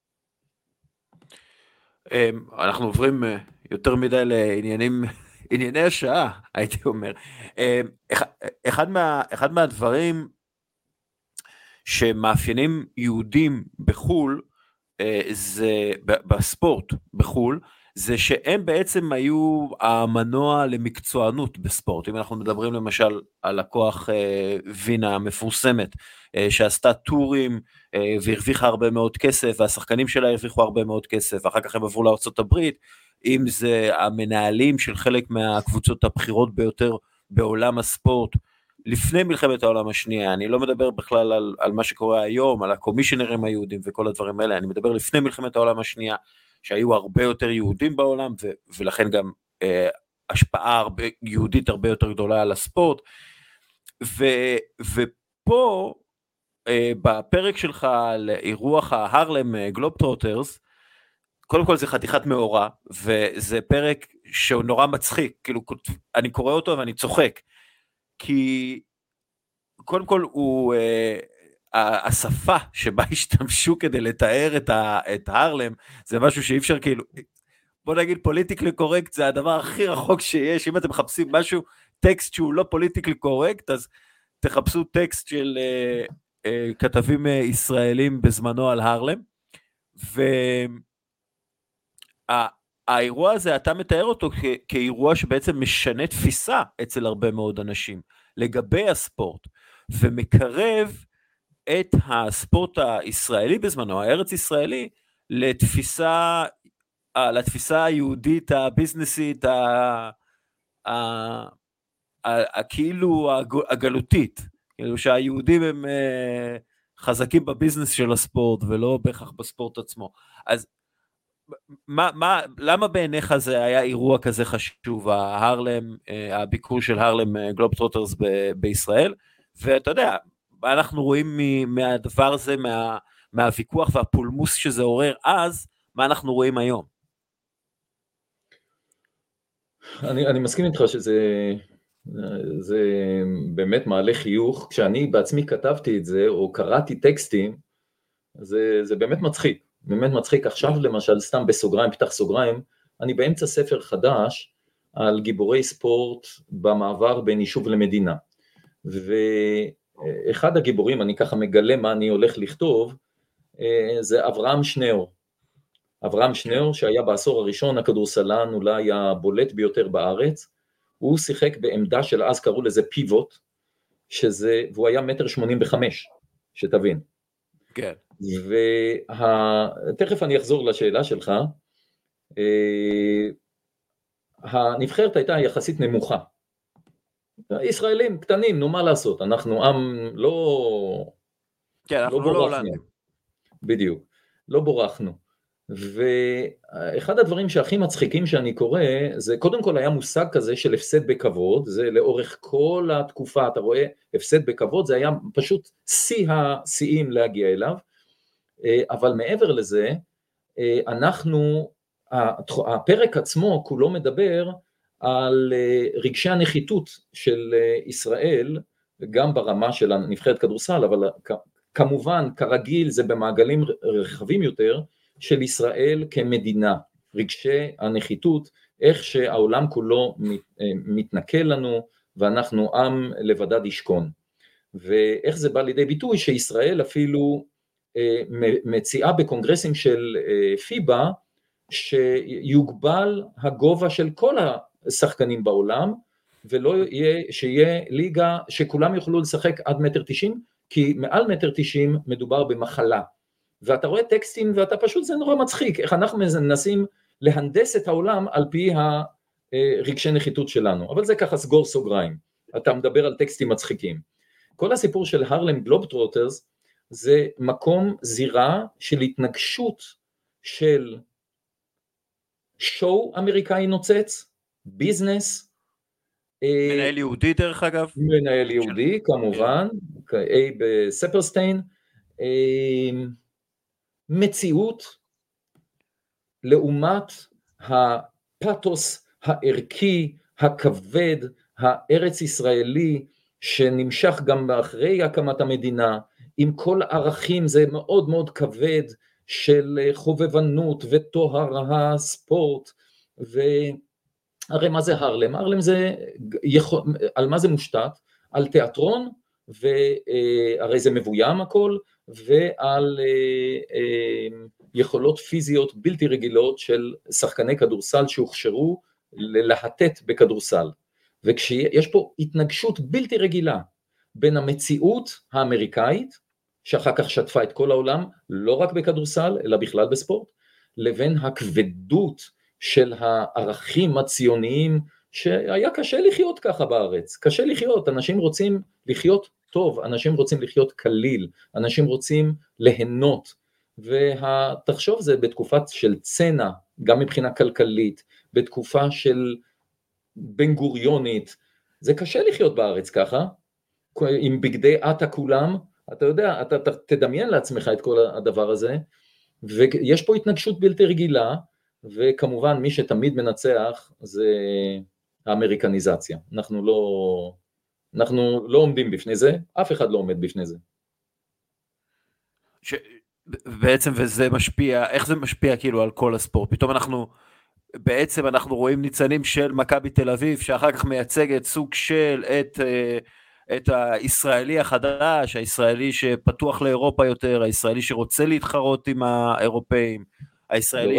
אנחנו עוברים יותר מדי לענייני השעה, הייתי אומר. אחד מהדברים שמאפיינים יהודים בחול, זה בספורט בחול, זה שהם בעצם היו המנוע למקצוענות בספורט. אם אנחנו מדברים למשל על לקוח וינה המפורסמת, שעשתה טורים והרוויחה הרבה מאוד כסף, והשחקנים שלה הרוויחו הרבה מאוד כסף, ואחר כך הם עברו לארצות הברית, אם זה המנהלים של חלק מהקבוצות הבחירות ביותר בעולם הספורט, לפני מלחמת העולם השנייה, אני לא מדבר בכלל על מה שקורה היום, על הקומישיונרים היהודים וכל הדברים האלה, אני מדבר לפני מלחמת העולם השנייה, שהיו הרבה יותר יהודים בעולם, ולכן גם השפעה יהודית הרבה יותר גדולה על הספורט, ופה, בפרק שלך על אירוח ההרלם גלובטרוטרס, קודם כל זה חתיכת מאורע, וזה פרק שהוא נורא מצחיק, כאילו אני קורא אותו ואני צוחק, כי קודם כל הוא, השפה שבה השתמשו כדי לתאר את הרלם, זה משהו שאי אפשר כאילו, בוא נגיד פוליטיקלי קורקט, זה הדבר הכי רחוק שיש, אם אתם מחפשים משהו, טקסט שהוא לא פוליטיקלי קורקט, אז תחפשו טקסט של כתבים ישראלים בזמנו על הרלם, האירוע הזה, אתה מתאר אותו כאירוע שבעצם משנה תפיסה אצל הרבה מאוד אנשים, לגבי הספורט, ומקרב את הספורט הישראלי בזמנו, הארץ ישראלי, לתפיסה היהודית, הביזנסית, כאילו הגלותית, כאילו שהיהודים הם חזקים בביזנס של הספורט, ולא בהכרח בספורט עצמו. אז למה בעיניך זה היה אירוע כזה חשוב, הביקור של הרלם גלובטרוטרס בישראל, ואתה יודע, אנחנו רואים מהדבר הזה, מהוויכוח והפולמוס שזה עורר אז, מה אנחנו רואים היום? אני מסכים איתך שזה באמת מעלה חיוך, כשאני בעצמי כתבתי את זה, או קראתי טקסטים, זה באמת מצחיק. באמת מצחיק. עכשיו למשל, סתם בסוגריים, פתח סוגריים, אני באמצע ספר חדש על גיבורי ספורט במעבר בין יישוב למדינה. ואחד הגיבורים, אני ככה מגלה מה אני הולך לכתוב, זה אברהם שניאור. אברהם שניאור, שהיה בעשור הראשון הכדורסלן אולי הבולט ביותר בארץ, הוא שיחק בעמדה של אז קראו לזה פיבוט, והוא היה 1.85 מטר, שתבין. כן. ותכף אני אחזור לשאלה שלך, הנבחרת הייתה יחסית נמוכה, ישראלים קטנים, נו מה לעשות, אנחנו עם לא... כן, אנחנו לא הולנדים. בדיוק, לא בורחנו. ואחד הדברים שהכי מצחיקים שאני קורא, זה קודם כל היה מושג כזה של הפסד בכבוד, זה לאורך כל התקופה, אתה רואה, הפסד בכבוד, זה היה פשוט שיא השיאים להגיע אליו, אבל מעבר לזה, הפרק עצמו כולו מדבר על רגשי הנחיתות של ישראל, גם ברמה של הנבחרת כדורסל, אבל כמובן, כרגיל, זה במעגלים רחבים יותר, של ישראל כמדינה, רגשי הנחיתות, איך שהעולם כולו מתנכל לנו, ואנחנו עם לבדד ישכון. ואיך זה בא לידי ביטוי שישראל אפילו מציעה בקונגרסים של פיבה, שיוגבל הגובה של כל השחקנים בעולם, ולא שיהיה ליגה שכולם יוכלו לשחק עד 1.90 מטר, כי מעל 1.90 מטר מדובר במחלה. ואתה רואה טקסטים ואתה פשוט, זה נורא מצחיק, איך אנחנו מנסים להנדס את העולם על פי הרגשי נחיתות שלנו, אבל זה ככה סגור סוגריים, אתה מדבר על טקסטים מצחיקים. כל הסיפור של הרלם גלובטרוטרס, זה מקום זירה של התנגשות של שואו אמריקאי נוצץ, ביזנס, מנהל יהודי דרך אגב. מנהל יהודי כמובן, אייב ספרסטיין, מציאות לעומת הפתוס הערכי, הכבד, הארץ ישראלי, שנמשך גם אחרי הקמת המדינה, עם כל ערכים, זה מאוד מאוד כבד, של חובבנות וטוהר הספורט, והרי מה זה הרלם? הרלם זה, על מה זה מושתת? על תיאטרון, והרי זה מבוים הכל, ועל יכולות פיזיות בלתי רגילות של שחקני כדורסל שהוכשרו להטט בכדורסל, וכשיש פה התנגשות בלתי רגילה בין המציאות האמריקאית, שאחר כך שטפה את כל העולם, לא רק בכדורסל, אלא בכלל בספורט, לבין הכבדות של הערכים הציוניים, שהיה קשה לחיות ככה בארץ, קשה לחיות, אנשים רוצים לחיות טוב, אנשים רוצים לחיות קליל, אנשים רוצים ליהנות, ותחשוב זה בתקופה של צנע, גם מבחינה כלכלית, בתקופה של בן גוריונית, זה קשה לחיות בארץ ככה, עם בגדי עטה כולם, אתה יודע, אתה תדמיין לעצמך את כל הדבר הזה, ויש פה התנגשות בלתי רגילה, וכמובן מי שתמיד מנצח זה האמריקניזציה, אנחנו לא עומדים בפני זה, אף אחד לא עומד בפני זה. בעצם וזה משפיע, איך זה משפיע כאילו על כל הספורט? פתאום אנחנו רואים ניצנים של מכבי תל אביב, שאחר כך מייצגת סוג של את הישראלי החדש, הישראלי שפתוח לאירופה יותר, הישראלי שרוצה להתחרות עם האירופאים, הישראלי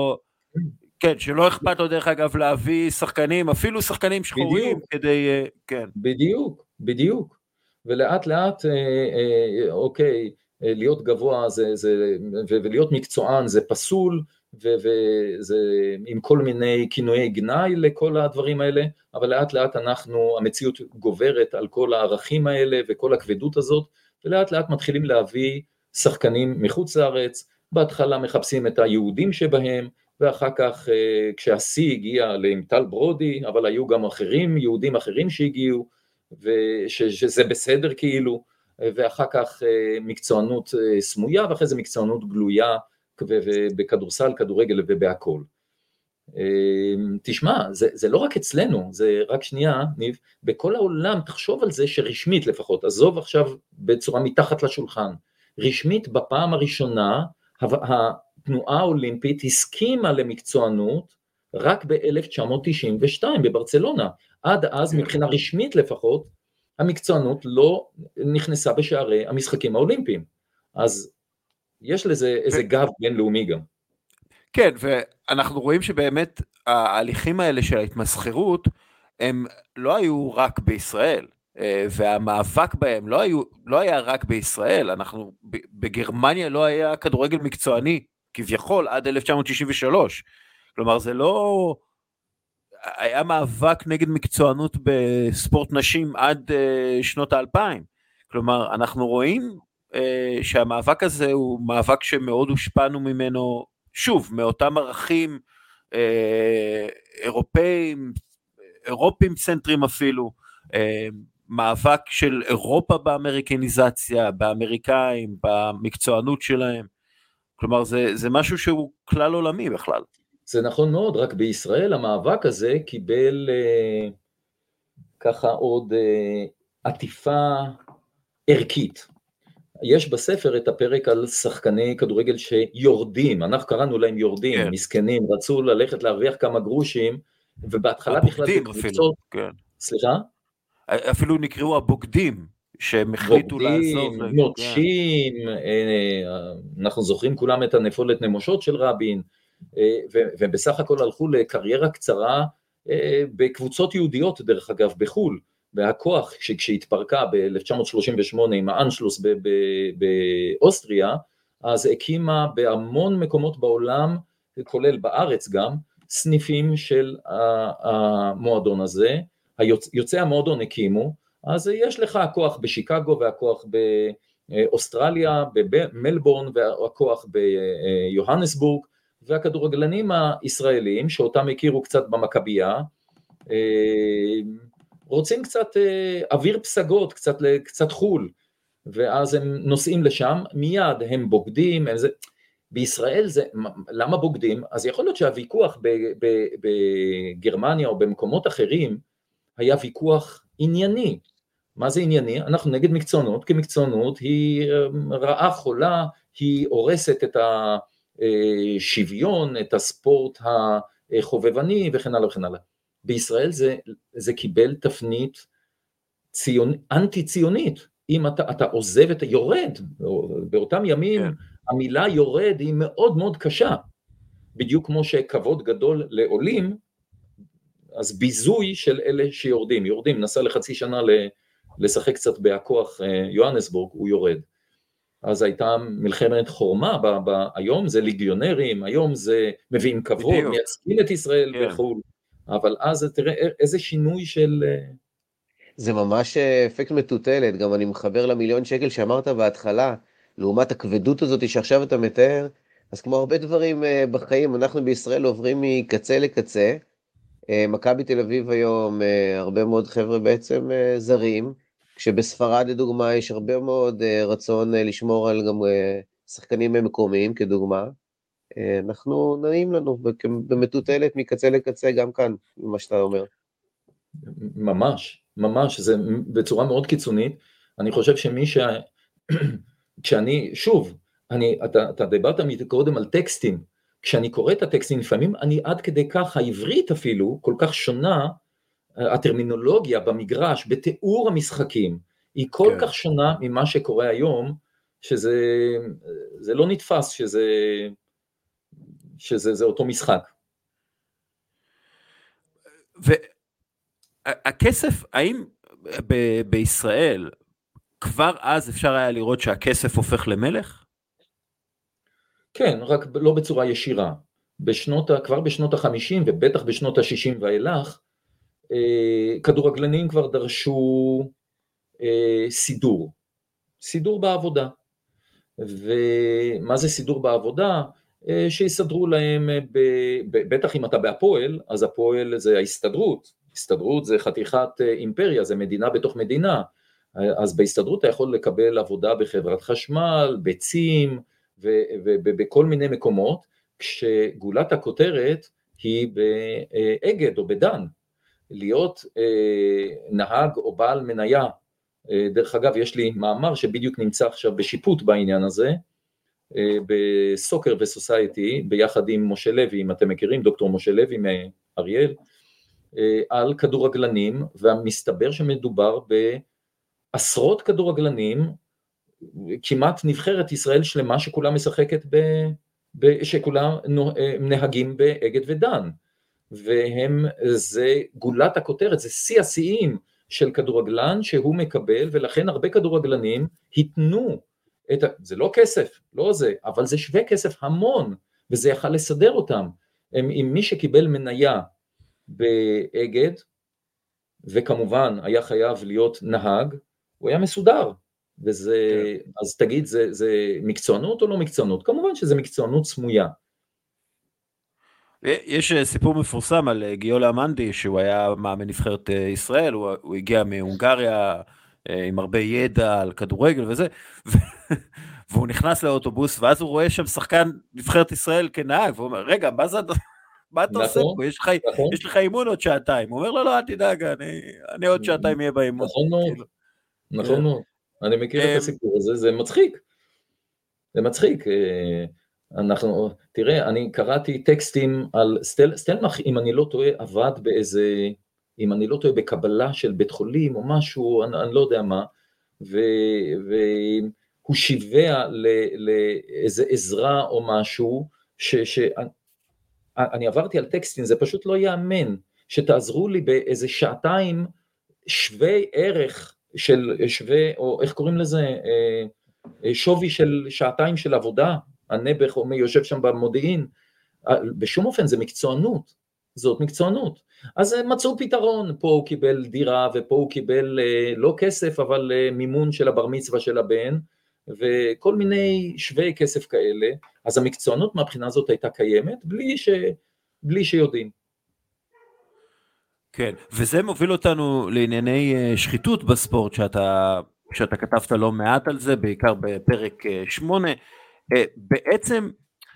שלא אכפת לו דרך אגב להביא שחקנים, אפילו שחקנים שחורים, כדי, כן. בדיוק, ולאט לאט, אוקיי, להיות גבוה ולהיות מקצוען זה פסול, וזה עם כל מיני כינויי גנאי לכל הדברים האלה, אבל לאט לאט המציאות גוברת על כל הערכים האלה וכל הכבדות הזאת, ולאט לאט מתחילים להביא שחקנים מחוץ לארץ, בהתחלה מחפשים את היהודים שבהם, ואחר כך כשהשיא הגיע לטל ברודי, אבל היו גם אחרים, יהודים אחרים שהגיעו, ושזה בסדר כאילו, ואחר כך מקצוענות סמויה, ואחרי זה מקצוענות גלויה, ובכדורסל, כדורגל ובהכל. תשמע, זה לא רק אצלנו, זה רק שנייה, ניב, בכל העולם, תחשוב על זה שרשמית לפחות, עזוב עכשיו בצורה מתחת לשולחן, רשמית בפעם הראשונה, התנועה האולימפית הסכימה למקצוענות רק ב-1992 בברצלונה, עד אז מבחינה רשמית לפחות, המקצוענות לא נכנסה בשערי המשחקים האולימפיים, אז יש לזה איזה גב בינלאומי גם. כן, ואנחנו רואים שבאמת ההליכים האלה של ההתמסחרות, הם לא היו רק בישראל, והמאבק בהם לא היה רק בישראל, בגרמניה לא היה כדורגל מקצועני, כביכול עד 1963, כלומר זה לא, היה מאבק נגד מקצוענות בספורט נשים עד שנות ה-2000, כלומר אנחנו רואים שהמאבק הזה הוא מאבק שמאוד הושפענו ממנו, שוב, מאותם ערכים אירופים צנטרים אפילו, מאבק של אירופה באמריקניזציה, באמריקאים, במקצוענות שלהם, כלומר זה משהו שהוא כלל עולמי בכלל. זה נכון מאוד, רק בישראל המאבק הזה קיבל ככה עוד עטיפה ערכית. יש בספר את הפרק על שחקני כדורגל שיורדים, אנחנו קראנו להם יורדים, כן. מסכנים, רצו ללכת להרוויח כמה גרושים, ובהתחלה בכלל בקבוצות, כן. סליחה? אפילו נקראו הבוגדים, שהם החליטו לעזוב. נוטשים, אנחנו זוכרים כולם את הנפולת נמושות של רבין, ובסך הכל הלכו לקריירה קצרה, בקבוצות יהודיות דרך אגב בחול, והכוח כשהתפרקה ב-1938 עם האנשלוס באוסטריה, אז הקימה בהמון מקומות בעולם, כולל בארץ גם, סניפים של המועדון הזה, יוצאי המועדון הקימו, אז יש לך הכוח בשיקגו והכוח אוסטרליה במלבורן והכוח ביוהנסבורג, והכדורגלנים הישראלים שאותם הכירו קצת במכבייה, רוצים קצת אוויר פסגות, קצת חול, ואז הם נוסעים לשם, מיד הם בוגדים, בישראל זה, למה בוגדים? אז יכול להיות שהוויכוח בגרמניה או במקומות אחרים, היה ויכוח ענייני. מה זה ענייני? אנחנו נגד מקצוענות, כי מקצוענות היא רעה חולה, היא הורסת את השוויון, את הספורט החובבני וכן הלאה וכן הלאה. בישראל זה קיבל תפנית אנטי ציונית. אם אתה עוזב את יורד, באותם ימים המילה יורד היא מאוד מאוד קשה, בדיוק כמו שכבוד גדול לעולים, אז ביזוי של אלה שיורדים, נסע לחצי שנה לשחק קצת בהכוח יוהנסבורג, הוא יורד. אז הייתה מלחמת חורמה, היום זה ליגיונרים, היום זה מביאים כבוד, מייצגים את ישראל בחו"ל, אבל אז תראה איזה שינוי של... זה ממש אפקט מטוטלת, גם אני מחבר ל1,000,000 שקל שאמרת בהתחלה, לעומת הכבדות הזאת שעכשיו אתה מתאר, אז כמו הרבה דברים בחיים, אנחנו בישראל עוברים מקצה לקצה, מכבי תל אביב היום, הרבה מאוד חבר'ה בעצם זרים, כשבספרד לדוגמה יש הרבה מאוד רצון לשמור על גם שחקנים מקומיים כדוגמה, אנחנו נעים לנו במטוטלת מקצה לקצה גם כאן, מה שאתה אומר. ממש, זה בצורה מאוד קיצונית. אני חושב כשאני, שוב, אתה דיברת קודם על טקסטים, כשאני קורא את הטקסטים לפעמים, אני עד כדי כך, העברית אפילו, כל כך שונה, הטרמינולוגיה במגרש, בתיאור המשחקים, היא כל כך שונה ממה שקורה היום, שזה לא נתפס, שזה אותו משחק. והכסף, האם בישראל, כבר אז אפשר היה לראות שהכסף הופך למלך? כן, רק לא בצורה ישירה. כבר בשנות ה-50 ובטח בשנות ה-60 ואילך, כדורגלנים כבר דרשו סידור בעבודה. ומה זה סידור בעבודה? שיסדרו להם, בטח אם אתה בהפועל, אז הפועל זה ההסתדרות. הסתדרות זה חתיכת אימפריה, זה מדינה בתוך מדינה. אז בהסתדרות אתה יכול לקבל עבודה בחברת חשמל, ביצים, ובכל מיני מקומות, כשגולת הכותרת היא באגד או בדן. להיות נהג או בעל מניה, דרך אגב יש לי מאמר שבדיוק נמצא עכשיו בשיפוט בעניין הזה, בסוקר וסוסייטי, ביחד עם משה לוי, אם אתם מכירים, דוקטור משה לוי מאריאל, על כדורגלנים, והמסתבר שמדובר בעשרות כדורגלנים, כמעט נבחרת ישראל שלמה שכולה משחקת, שכולה נהגים באגד ודן, זה גולת הכותרת, זה שיא השיאים של כדורגלן שהוא מקבל, ולכן הרבה כדורגלנים התנו, זה לא כסף, לא זה, אבל זה שווה כסף המון, וזה יכל לסדר אותם, עם מי שקיבל מניה באגד, וכמובן היה חייב להיות נהג, הוא היה מסודר, אז תגיד, זה מקצוענות או לא מקצוענות? כמובן שזה מקצוענות סמויה. יש סיפור מפורסם על גיולה אמנדי, שהוא היה מאמן נבחרת ישראל, הוא הגיע מהונגריה עם הרבה ידע על כדורגל וזה, והוא נכנס לאוטובוס, ואז הוא רואה שם שחקן נבחרת ישראל כנהג, והוא אומר, רגע, מה אתה עושה פה? יש לך אימון עוד שעתיים. הוא אומר, לא, אל תדאג, אני עוד שעתיים אהיה באימון. נכון מאוד. אני מכיר את הסיפור הזה, זה מצחיק. תראה, אני קראתי טקסטים על סטלמך, אם אני לא טועה, עבד אם אני לא טועה, בקבלה של בית חולים או משהו, אני לא יודע מה, והוא שיווה לאיזה עזרה או משהו, אני עברתי על טקסטים, זה פשוט לא יאמן, שתעזרו לי באיזה שעתיים שווי ערך או איך קוראים לזה, שווי של שעתיים של עבודה, הנבח יושב שם במודיעין, בשום אופן זה מקצוענות, זאת מקצוענות. אז מצאו פתרון, פה הוא קיבל דירה, ופה הוא קיבל לא כסף, אבל מימון של הבר מצווה של הבן, וכל מיני שווי כסף כאלה, אז המקצוענות מהבחינה הזאת הייתה קיימת, בלי שיודעים. כן, וזה מוביל אותנו לענייני שחיתות בספורט, שאתה כתבת לא מעט על זה, בעיקר בפרק 8, בעצם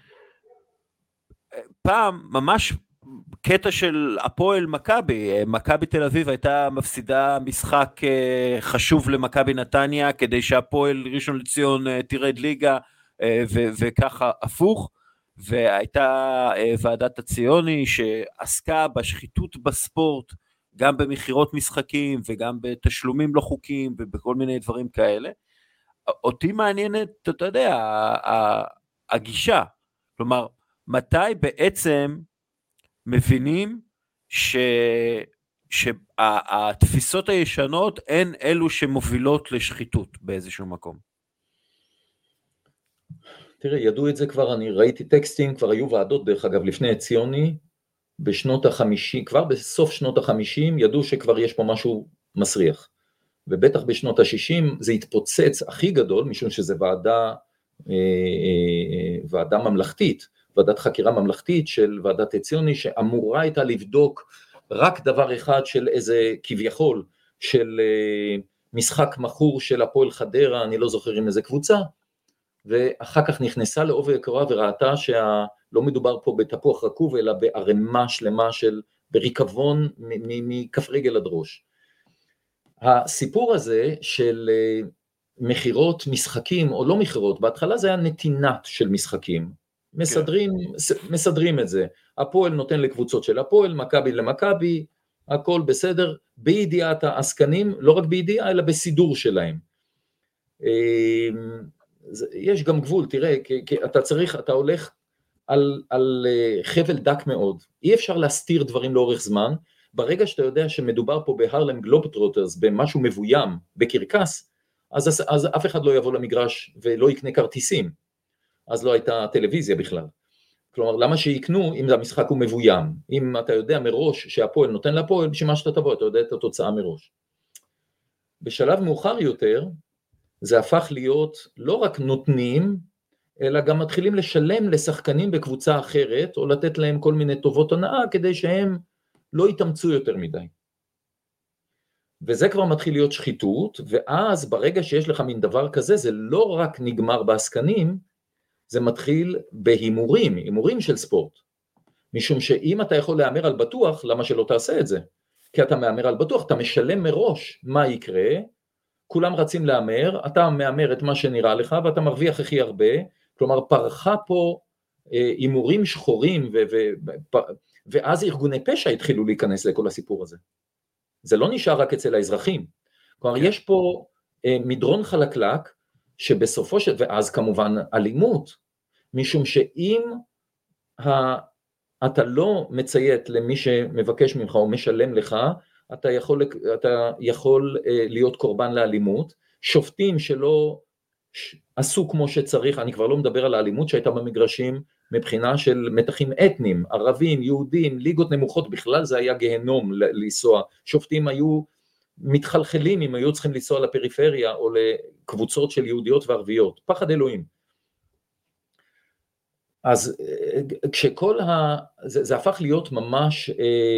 פעם ממש קטע של הפועל מכבי תל אביב הייתה מפסידה משחק חשוב למכבי נתניה, כדי שהפועל ראשון לציון תירד ליגה, וככה הפוך, והייתה ועדת הציוני שעסקה בשחיתות בספורט, גם במחירות משחקים וגם בתשלומים לא חוקיים ובכל מיני דברים כאלה. אותי מעניינת, אתה יודע, הגישה, כלומר, מתי בעצם מבינים שהתפיסות הישנות הן אלו שמובילות לשחיתות באיזשהו מקום? תראה, ידעו את זה כבר, אני ראיתי טקסטים, כבר היו ועדות דרך אגב לפני ציוני, בשנות ה-50, כבר בסוף שנות ה-50, ידעו שכבר יש פה משהו מסריח. ובטח בשנות ה-60 זה התפוצץ הכי גדול, משום שזה ועדה ממלכתית, ועדת חקירה ממלכתית של ועדת ציוני, שאמורה הייתה לבדוק רק דבר אחד של איזה כביכול, של משחק מכור של הפועל חדרה, אני לא זוכר עם איזה קבוצה, ואחר כך נכנסה לעובי הקורה וראתה שלא מדובר פה בתפוח רקוב, אלא בערימה שלמה של בריקבון מכף רגל עד ראש. הסיפור הזה של מחירות משחקים, או לא מחירות, בהתחלה זה היה נתינת של משחקים, מסדרים את זה, הפועל נותן לקבוצות של הפועל, מכבי למכבי, הכל בסדר, בידיעת העסקנים, לא רק בידיעה, אלא בסידור שלהם. יש גם גבול, תראה, כי אתה הולך על חבל דק מאוד, אי אפשר להסתיר דברים לאורך זמן, ברגע שאתה יודע שמדובר פה בהרלם גלובטרוטרס, במשהו מבוים, בקרקס, אז אף אחד לא יבוא למגרש ולא יקנה כרטיסים, אז לא הייתה טלוויזיה בכלל. כלומר, למה שיקנו אם המשחק הוא מבוים? אם אתה יודע מראש שהפועל נותן לפועל, בשביל מה שאתה תבוא, אתה יודע את התוצאה מראש. בשלב מאוחר יותר, זה הפך להיות לא רק נותנים, אלא גם מתחילים לשלם לשחקנים בקבוצה אחרת, או לתת להם כל מיני טובות הנאה, כדי שהם לא יתאמצו יותר מדי. וזה כבר מתחיל להיות שחיתות, ואז ברגע שיש לך מין דבר כזה, זה לא רק נגמר בעסקנים, זה מתחיל בהימורים, הימורים של ספורט. משום שאם אתה יכול להאמר על בטוח, למה שלא תעשה את זה? כי אתה מאמר על בטוח, אתה משלם מראש מה יקרה, כולם רצים להאמר, אתה מאמר את מה שנראה לך, ואתה מרוויח הכי הרבה, כלומר פרחה פה הימורים שחורים, ואז ארגוני פשע התחילו להיכנס לכל הסיפור הזה. זה לא נשאר רק אצל האזרחים, כלומר יש פה מדרון חלקלק, שבסופו של, ואז כמובן אלימות, משום שאם אתה לא מציית למי שמבקש ממך או משלם לך, אתה יכול להיות קורבן לאלימות, שופטים שלא עשו כמו שצריך, אני כבר לא מדבר על האלימות שהייתה במגרשים, מבחינה של מתחים אתניים, ערבים, יהודים, ליגות נמוכות, בכלל זה היה גהנום לנסוע, שופטים היו מתחלחלים אם היו צריכים לנסוע לפריפריה, או לקבוצות של יהודיות וערביות, פחד אלוהים. אז זה הפך להיות ממש,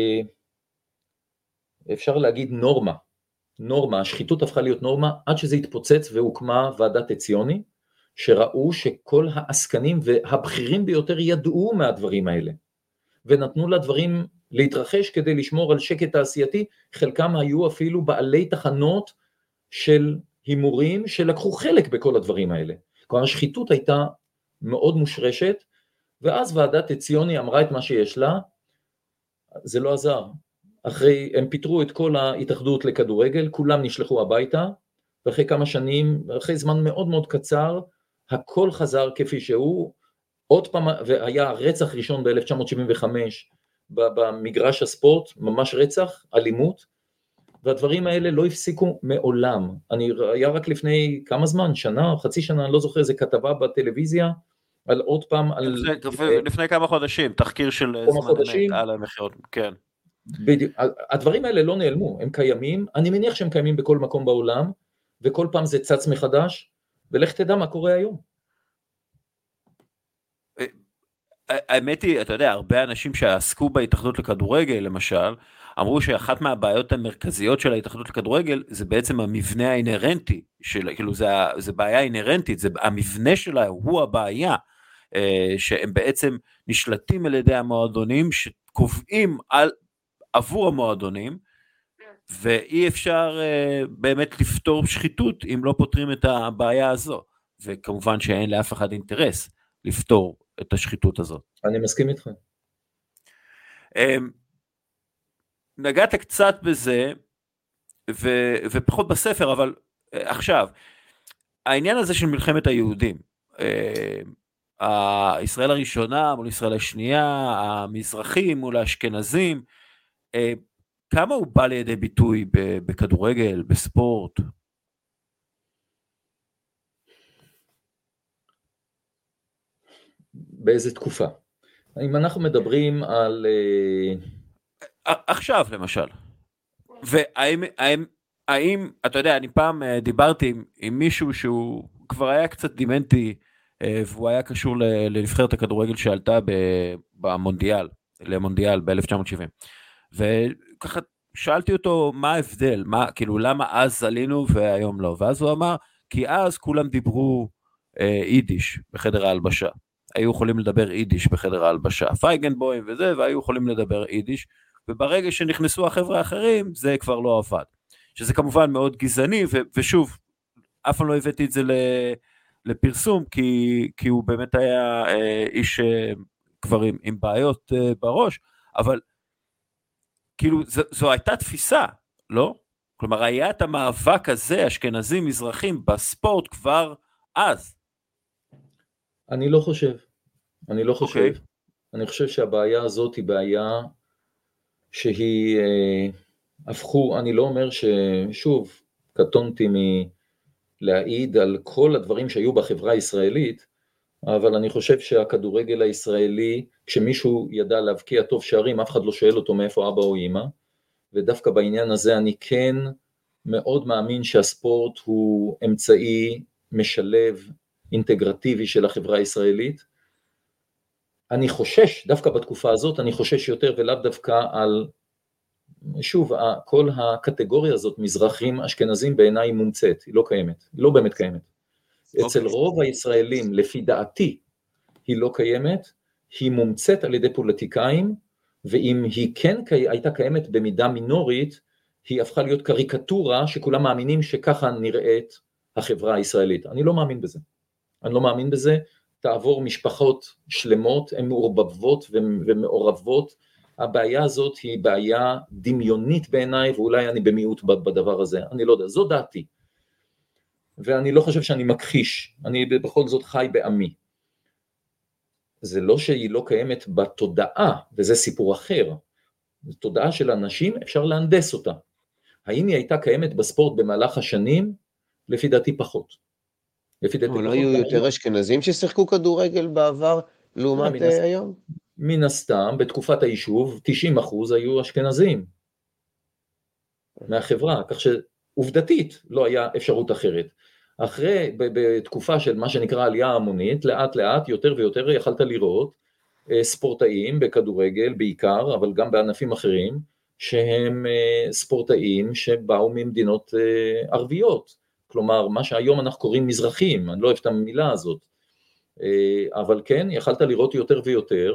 אפשר להגיד נורמה, השחיתות הפכה להיות נורמה, עד שזה התפוצץ והוקמה ועדת ציוני, שראו שכל העסקנים והבכירים ביותר ידעו מהדברים האלה, ונתנו לדברים להתרחש כדי לשמור על שקט תעשייתי, חלקם היו אפילו בעלי תחנות של הימורים שלקחו חלק בכל הדברים האלה. כלומר, השחיתות הייתה מאוד מושרשת, ואז ועדת ציוני אמרה את מה שיש לה, זה לא עזר. הם פיתרו את כל ההתאחדות לכדורגל, כולם נשלחו הביתה, ואחרי כמה שנים, אחרי זמן מאוד מאוד קצר, הכל חזר כפי שהוא, עוד פעם, והיה רצח ראשון ב-1975, במגרש הספורט, ממש רצח, אלימות, והדברים האלה לא הפסיקו מעולם. היה רק לפני כמה זמן, שנה או חצי שנה, אני לא זוכר איזה כתבה בטלוויזיה, על עוד פעם, לפני כמה חודשים, תחקיר של זמן אמת על המחירות, כן. בדיוק, הדברים האלה לא נעלמו, הם קיימים, אני מניח שהם קיימים בכל מקום בעולם, וכל פעם זה צץ מחדש, ולך תדע מה קורה היום. האמת היא, אתה יודע, הרבה אנשים שעסקו בהתאחדות לכדורגל, למשל, אמרו שאחת מהבעיות המרכזיות של ההתאחדות לכדורגל, זה בעצם המבנה האינרנטי, כאילו זה בעיה אינרנטית, המבנה שלה הוא הבעיה, שהם בעצם נשלטים על ידי המועדונים, שקובעים עבור המועדונים, ואי אפשר באמת לפתור שחיתות, אם לא פותרים את הבעיה הזו, וכמובן שאין לאף אחד אינטרס לפתור את השחיתות הזאת. אני מסכים איתך. נגעת קצת בזה, ופחות בספר, אבל עכשיו, העניין הזה של מלחמת היהודים, ישראל הראשונה מול ישראל השנייה, המזרחים מול האשכנזים, כמה הוא בא לידי ביטוי בכדורגל, בספורט? באיזה תקופה? אם אנחנו מדברים על... עכשיו למשל. והאם, אתה יודע, אני פעם דיברתי עם מישהו שהוא כבר היה קצת דימנטי, והוא היה קשור לנבחרת הכדורגל שעלתה במונדיאל, למונדיאל ב-1970. וככה שאלתי אותו מה ההבדל, כאילו למה אז עלינו והיום לא, ואז הוא אמר, כי אז כולם דיברו יידיש בחדר ההלבשה, היו יכולים לדבר יידיש בחדר ההלבשה, פייגנבוים וזה, והיו יכולים לדבר יידיש, וברגע שנכנסו החבר'ה האחרים, זה כבר לא עבד, שזה כמובן מאוד גזעני, ושוב, אף פעם לא הבאתי את זה לפרסום, כי הוא באמת היה איש כבר עם בעיות בראש, אבל כאילו זו הייתה תפיסה, לא? כלומר, היה את המאבק הזה, אשכנזים, מזרחים, בספורט כבר אז. אני לא חושב. אני חושב שהבעיה הזאת היא בעיה שהיא הפכו, אני לא אומר ששוב, קטונתי מלהעיד על כל הדברים שהיו בחברה הישראלית, אבל אני חושב שהכדורגל הישראלי, כשמישהו ידע להבקיע טוב שערים, אף אחד לא שואל אותו מאיפה אבא או אמא, ודווקא בעניין הזה אני כן מאוד מאמין שהספורט הוא אמצעי משלב, אינטגרטיבי של החברה הישראלית. אני חושש, דווקא בתקופה הזאת, אני חושש יותר ולאו דווקא על, שוב, כל הקטגוריה הזאת, מזרחים, אשכנזים, בעיניי מומצאת, היא לא קיימת, היא לא באמת קיימת. אצל רוב הישראלים, לפי דעתי, היא לא קיימת, היא מומצאת על ידי פוליטיקאים, ואם היא כן הייתה קיימת במידה מינורית, היא הפכה להיות קריקטורה שכולם מאמינים שככה נראית החברה הישראלית. אני לא מאמין בזה. אני לא מאמין בזה. תעבור משפחות שלמות, הן מעורבבות ומעורבות. הבעיה הזאת היא בעיה דמיונית בעיניי, ואולי אני במיעוט בדבר הזה. אני לא יודע, זו דעתי. ואני לא חושב שאני מכחיש, אני בכל זאת חי בעמי. זה לא שהיא לא קיימת בתודעה, וזה סיפור אחר. תודעה של אנשים, אפשר להנדס אותה. האם היא הייתה קיימת בספורט במהלך השנים? לפי דעתי פחות. אבל לא היו יותר אשכנזים ששיחקו כדורגל בעבר, לעומת היום? מן הסתם, בתקופת היישוב, 90% היו אשכנזים. מהחברה, כך שעובדתית לא היה אפשרות אחרת. אחרי, בתקופה של מה שנקרא עלייה המונית, לאט לאט יותר ויותר יכלת לראות ספורטאים בכדורגל בעיקר, אבל גם בענפים אחרים, שהם ספורטאים שבאו ממדינות ערביות, כלומר מה שהיום אנחנו קוראים מזרחים, אני לא אוהב את המילה הזאת, אבל כן, יכלת לראות יותר ויותר,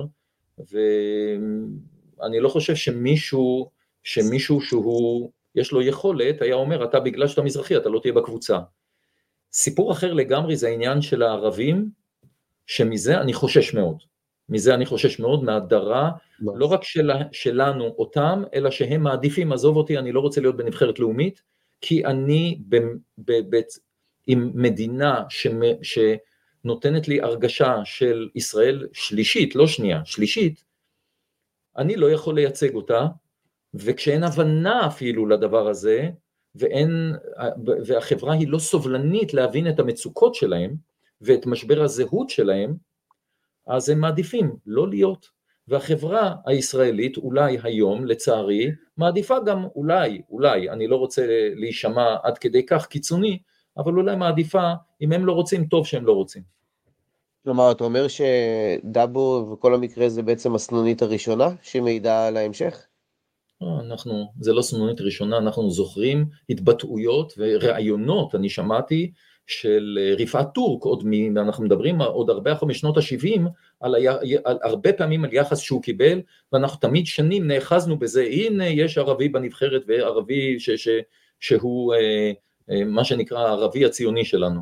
ואני לא חושב שמישהו שהוא, יש לו יכולת, היה אומר, אתה בגלל שאתה מזרחי, אתה לא תהיה בקבוצה. סיפור אחר לגמרי זה העניין של הערבים, שמזה אני חושש מאוד. מזה אני חושש מאוד, מהדרה, לא רק שלנו אותם, אלא שהם מעדיפים, עזוב אותי, אני לא רוצה להיות בנבחרת לאומית, כי אני עם מדינה שנותנת לי הרגשה של ישראל שלישית, לא שנייה, שלישית, אני לא יכול לייצג אותה, וכשאין הבנה אפילו לדבר הזה, והחברה היא לא סובלנית להבין את המצוקות שלהם, ואת משבר הזהות שלהם, אז הם מעדיפים לא להיות, והחברה הישראלית אולי היום לצערי, מעדיפה גם אולי, אני לא רוצה להישמע עד כדי כך קיצוני, אבל אולי מעדיפה, אם הם לא רוצים, טוב שהם לא רוצים. כלומר, אתה אומר שדאבור וכל המקרה זה בעצם הסנונית הראשונה שמעידה על ההמשך? זה לא סנונית ראשונה, אנחנו זוכרים התבטאויות ורעיונות, אני שמעתי, של רפעת טורק, אנחנו מדברים עוד הרבה אחרי משנות ה-70, הרבה פעמים על יחס שהוא קיבל, ואנחנו תמיד שנים נאחזנו בזה, הנה יש ערבי בנבחרת, וערבי שהוא מה שנקרא הערבי הציוני שלנו.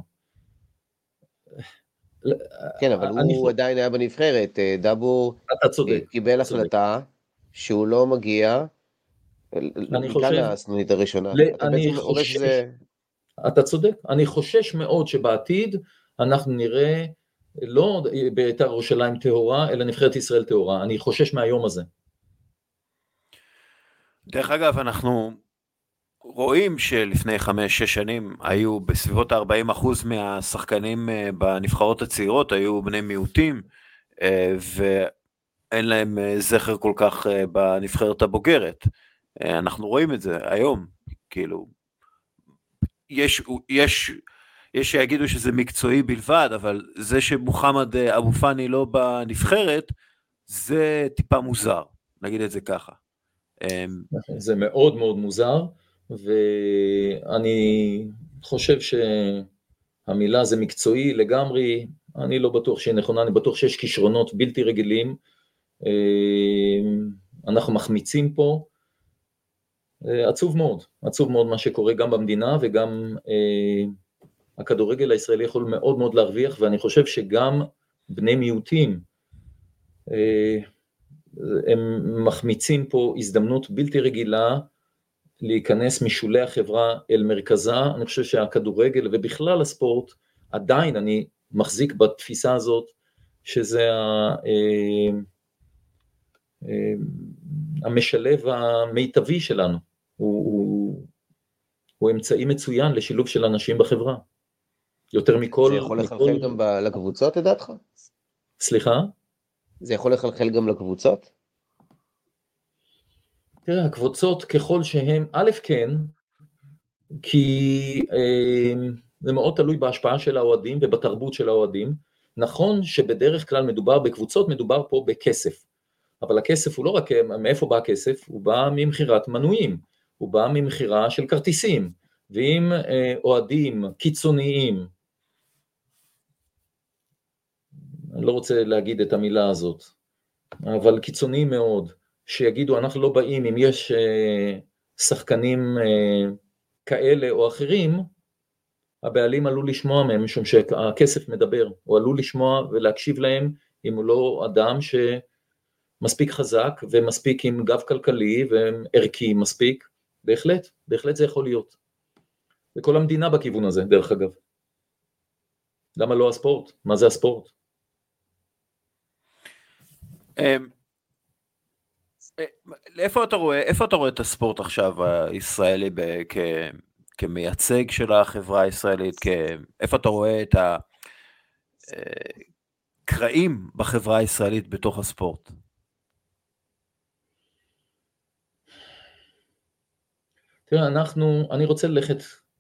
כן, אבל הוא עדיין היה בנבחרת, דאבור קיבל החלטה שהוא לא מגיע, מכאן הסנונית הראשונה. אתה בעצם אומר שזה... אתה צודק, אני חושש מאוד שבעתיד אנחנו נראה לא בית"ר ירושלים טהורה, אלא נבחרת ישראל טהורה, אני חושש מהיום הזה. דרך אגב, אנחנו רואים שלפני 5-6 שנים היו בסביבות 40% מהשחקנים בנבחרות הצעירות, היו בני מיעוטים, ואין להם זכר כל כך בנבחרת הבוגרת. אנחנו רואים את זה היום, כאילו, יש שיגידו שזה מקצועי בלבד, אבל זה שמוחמד אבו פאני לא בנבחרת, זה טיפה מוזר, נגיד את זה ככה. זה מאוד מאוד מוזר, ואני חושב שהמילה זה מקצועי לגמרי, אני לא בטוח שהיא נכונה, אני בטוח שיש כישרונות בלתי רגילים, אנחנו מחמיצים פה, עצוב מאוד מה שקורה גם במדינה, וגם הכדורגל הישראלי יכול מאוד מאוד להרוויח, ואני חושב שגם בני מיעוטים, הם מחמיצים פה הזדמנות בלתי רגילה, להיכנס משולי החברה אל מרכזה. אני חושב שהכדורגל ובכלל הספורט, עדיין אני מחזיק בתפיסה הזאת, שזה המשלב המיטבי שלנו, הוא אמצעי מצוין לשילוב של אנשים בחברה. יותר מכל... זה יכול לחלחל גם לקבוצות, לדעתך? סליחה? זה יכול לחלחל גם לקבוצות? תראה, הקבוצות ככל שהן, א' כן, כי זה מאוד תלוי בהשפעה של האוהדים ובתרבות של האוהדים. נכון שבדרך כלל מדובר בקבוצות, מדובר פה בכסף. אבל הכסף הוא לא רק, מאיפה בא הכסף? הוא בא ממחירת מנויים, הוא בא ממחירה של כרטיסים. ואם אוהדים קיצוניים, אני לא רוצה להגיד את המילה הזאת, אבל קיצוניים מאוד, שיגידו אנחנו לא באים אם יש שחקנים כאלה או אחרים, הבעלים עלול לשמוע מהם, משום שהכסף מדבר, הוא עלול לשמוע ולהקשיב להם, אם הוא לא אדם שמספיק חזק ומספיק עם גב כלכלי וערכי מספיק, בהחלט זה יכול להיות. וכל המדינה בכיוון הזה, דרך אגב. למה לא הספורט? מה זה הספורט? איפה אתה רואה את הספורט עכשיו הישראלי כמייצג של החברה הישראלית? איפה אתה רואה את הקרעים בחברה הישראלית בתוך הספורט? תראה, אני רוצה ללכת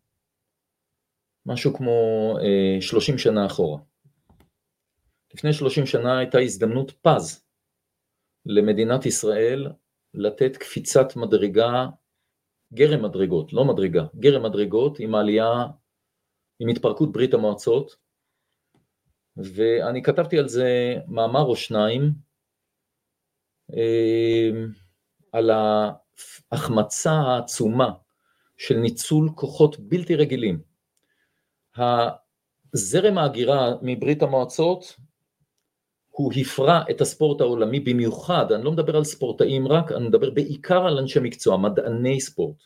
משהו כמו 30 שנה אחורה. לפני 30 שנה הייתה הזדמנות פז למדינת ישראל לתת קפיצת מדרגה, גרם מדרגות, לא מדרגה, גרם מדרגות עם העלייה, עם התפרקות ברית המועצות, ואני כתבתי על זה מאמר או שניים, על ההחמצה העצומה של ניצול כוחות בלתי רגילים. הזרם ההגירה מברית המועצות, הוא הפרע את הספורט העולמי במיוחד, אני לא מדבר על ספורטאים רק, אני מדבר בעיקר על אנשי מקצוע, מדעני ספורט,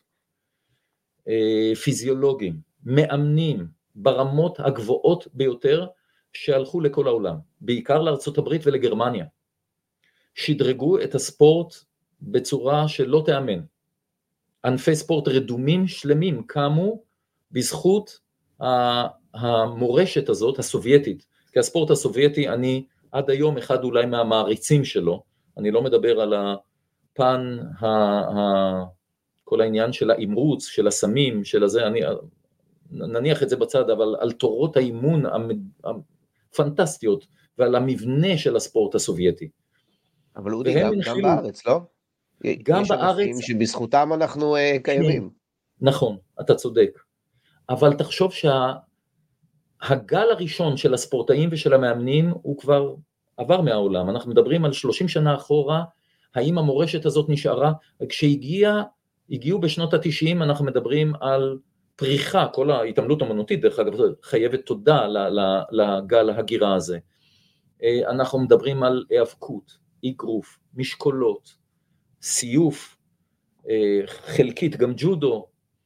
פיזיולוגים, מאמנים, ברמות הגבוהות ביותר, שהלכו לכל העולם, בעיקר לארצות הברית ולגרמניה, שדרגו את הספורט בצורה שלא תאמן, ענפי ספורט רדומים שלמים קמו בזכות המורשת הזאת הסובייטית, כי הספורט הסובייטי אני עד היום אחד אולי מהמעריצים שלו, אני לא מדבר על הפן, כל העניין של האמרוץ, של הסמים, של הזה, אני נניח את זה בצד, אבל על תורות האימון הפנטסטיות, ועל המבנה של הספורט הסובייטי. אבל אודי, גם בארץ, לא? גם יש בארץ, ענפים שבזכותם אנחנו קיימים. נכון, אתה צודק. אבל תחשוב שהגל הראשון של הספורטאים ושל המאמנים הוא כבר עבר מהעולם. אנחנו מדברים על 30 שנה אחורה, האם המורשת הזאת נשארה? כשהגיעו בשנות ה-90, אנחנו מדברים על פריחה, כל ההתעמלות אמנותית, דרך אגב, חייבת תודה לגל הגירה הזה. אנחנו מדברים על היאבקות, אגרוף, משקולות, סיוף, חלקית גם ג'ודו,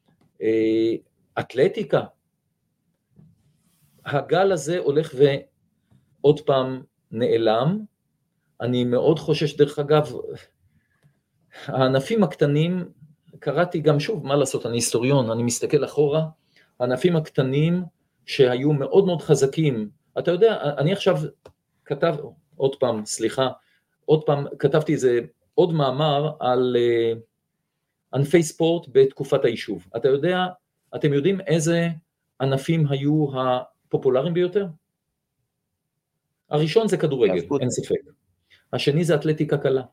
אתלטיקה. הגל הזה הולך ועוד פעם נעלם. אני מאוד חושש, דרך אגב, הענפים הקטנים, קראתי גם שוב, מה לעשות, אני היסטוריון, אני מסתכל אחורה, הענפים הקטנים שהיו מאוד מאוד חזקים, אתה יודע, אני עכשיו כתבתי איזה עוד מאמר על ענפי ספורט בתקופת היישוב. אתם יודעים איזה ענפים היו הפופולריים ביותר? הראשון זה כדורגל, אין ספק. השני זה אתלטיקה קלה.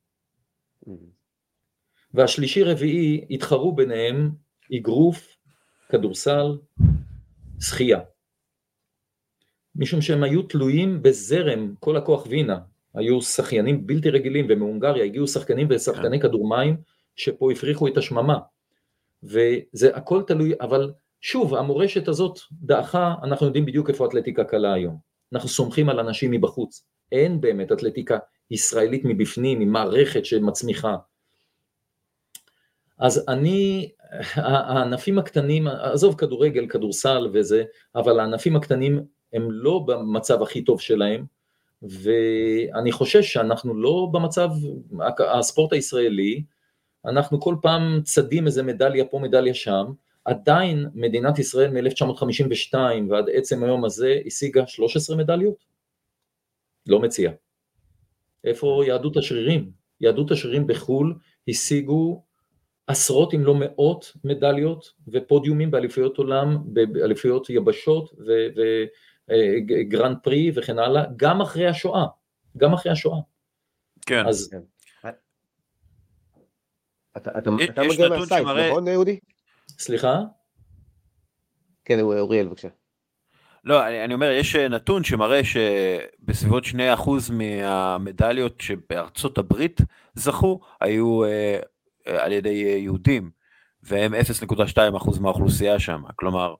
והשלישי רביעי התחרו ביניהם אגרוף, כדורסל, שחייה. משום שהם היו תלויים בזרם, כל הכוח וינה, היו שחיינים בלתי רגילים, ומהונגריה הגיעו שחקנים ושחקני כדור מים, שפה הפריחו את השממה. וזה הכל תלוי, אבל שוב, המורשת הזאת דעכה, אנחנו יודעים בדיוק איפה אתלטיקה קלה היום. אנחנו סומכים על אנשים מבחוץ. אין באמת אתלטיקה ישראלית מבפנים, עם מערכת שמצמיחה. אז הענפים הקטנים, עזוב כדורגל, כדורסל וזה, אבל הענפים הקטנים הם לא במצב הכי טוב שלהם, ואני חושש שאנחנו לא במצב, הספורט הישראלי, אנחנו כל פעם צדים איזה מדליה פה, מדליה שם, עדיין מדינת ישראל מ-1952 ועד עצם היום הזה השיגה 13 מדליות? לא מציע. איפה יהדות השרירים? יהדות השרירים בחול השיגו עשרות אם לא מאות מדליות ופודיומים באליפויות עולם, באליפויות יבשות וגרנד פרי וכן הלאה, גם אחרי השואה. כן. אז אתה מגיע מהסייף, נכון יהודי? סליחה? כן, אוריאל, בבקשה. לא, אני אומר, יש נתון שמראה שבסביבות 2% מהמדליות שבארצות הברית זכו, היו על ידי יהודים, והם 0.2% מהאוכלוסייה שם. כלומר,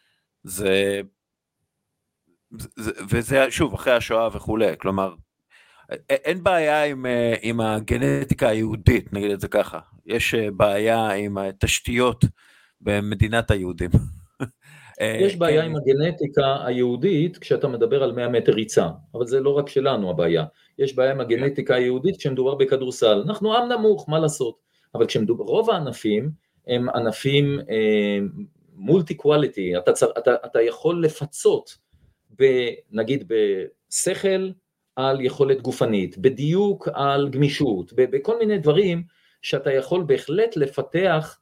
וזה שוב, אחרי השואה וכו'. כלומר, אין בעיה עם הגנטיקה היהודית, נגיד את זה ככה. יש בעיה עם התשתיות במדינת היהודים. יש בעיה עם הגנטיקה היהודית כשאתה מדבר על 100 מטר ריצה, אבל זה לא רק שלנו הבעיה. יש בעיה עם הגנטיקה היהודית כשמדובר בכדורסל. אנחנו עם נמוך, מה לעשות? אבל רוב הענפים הם ענפים מולטי קואליטי, אתה יכול לפצות, נגיד בשכל על יכולת גופנית, בדיוק על גמישות, בכל מיני דברים שאתה יכול בהחלט לפתח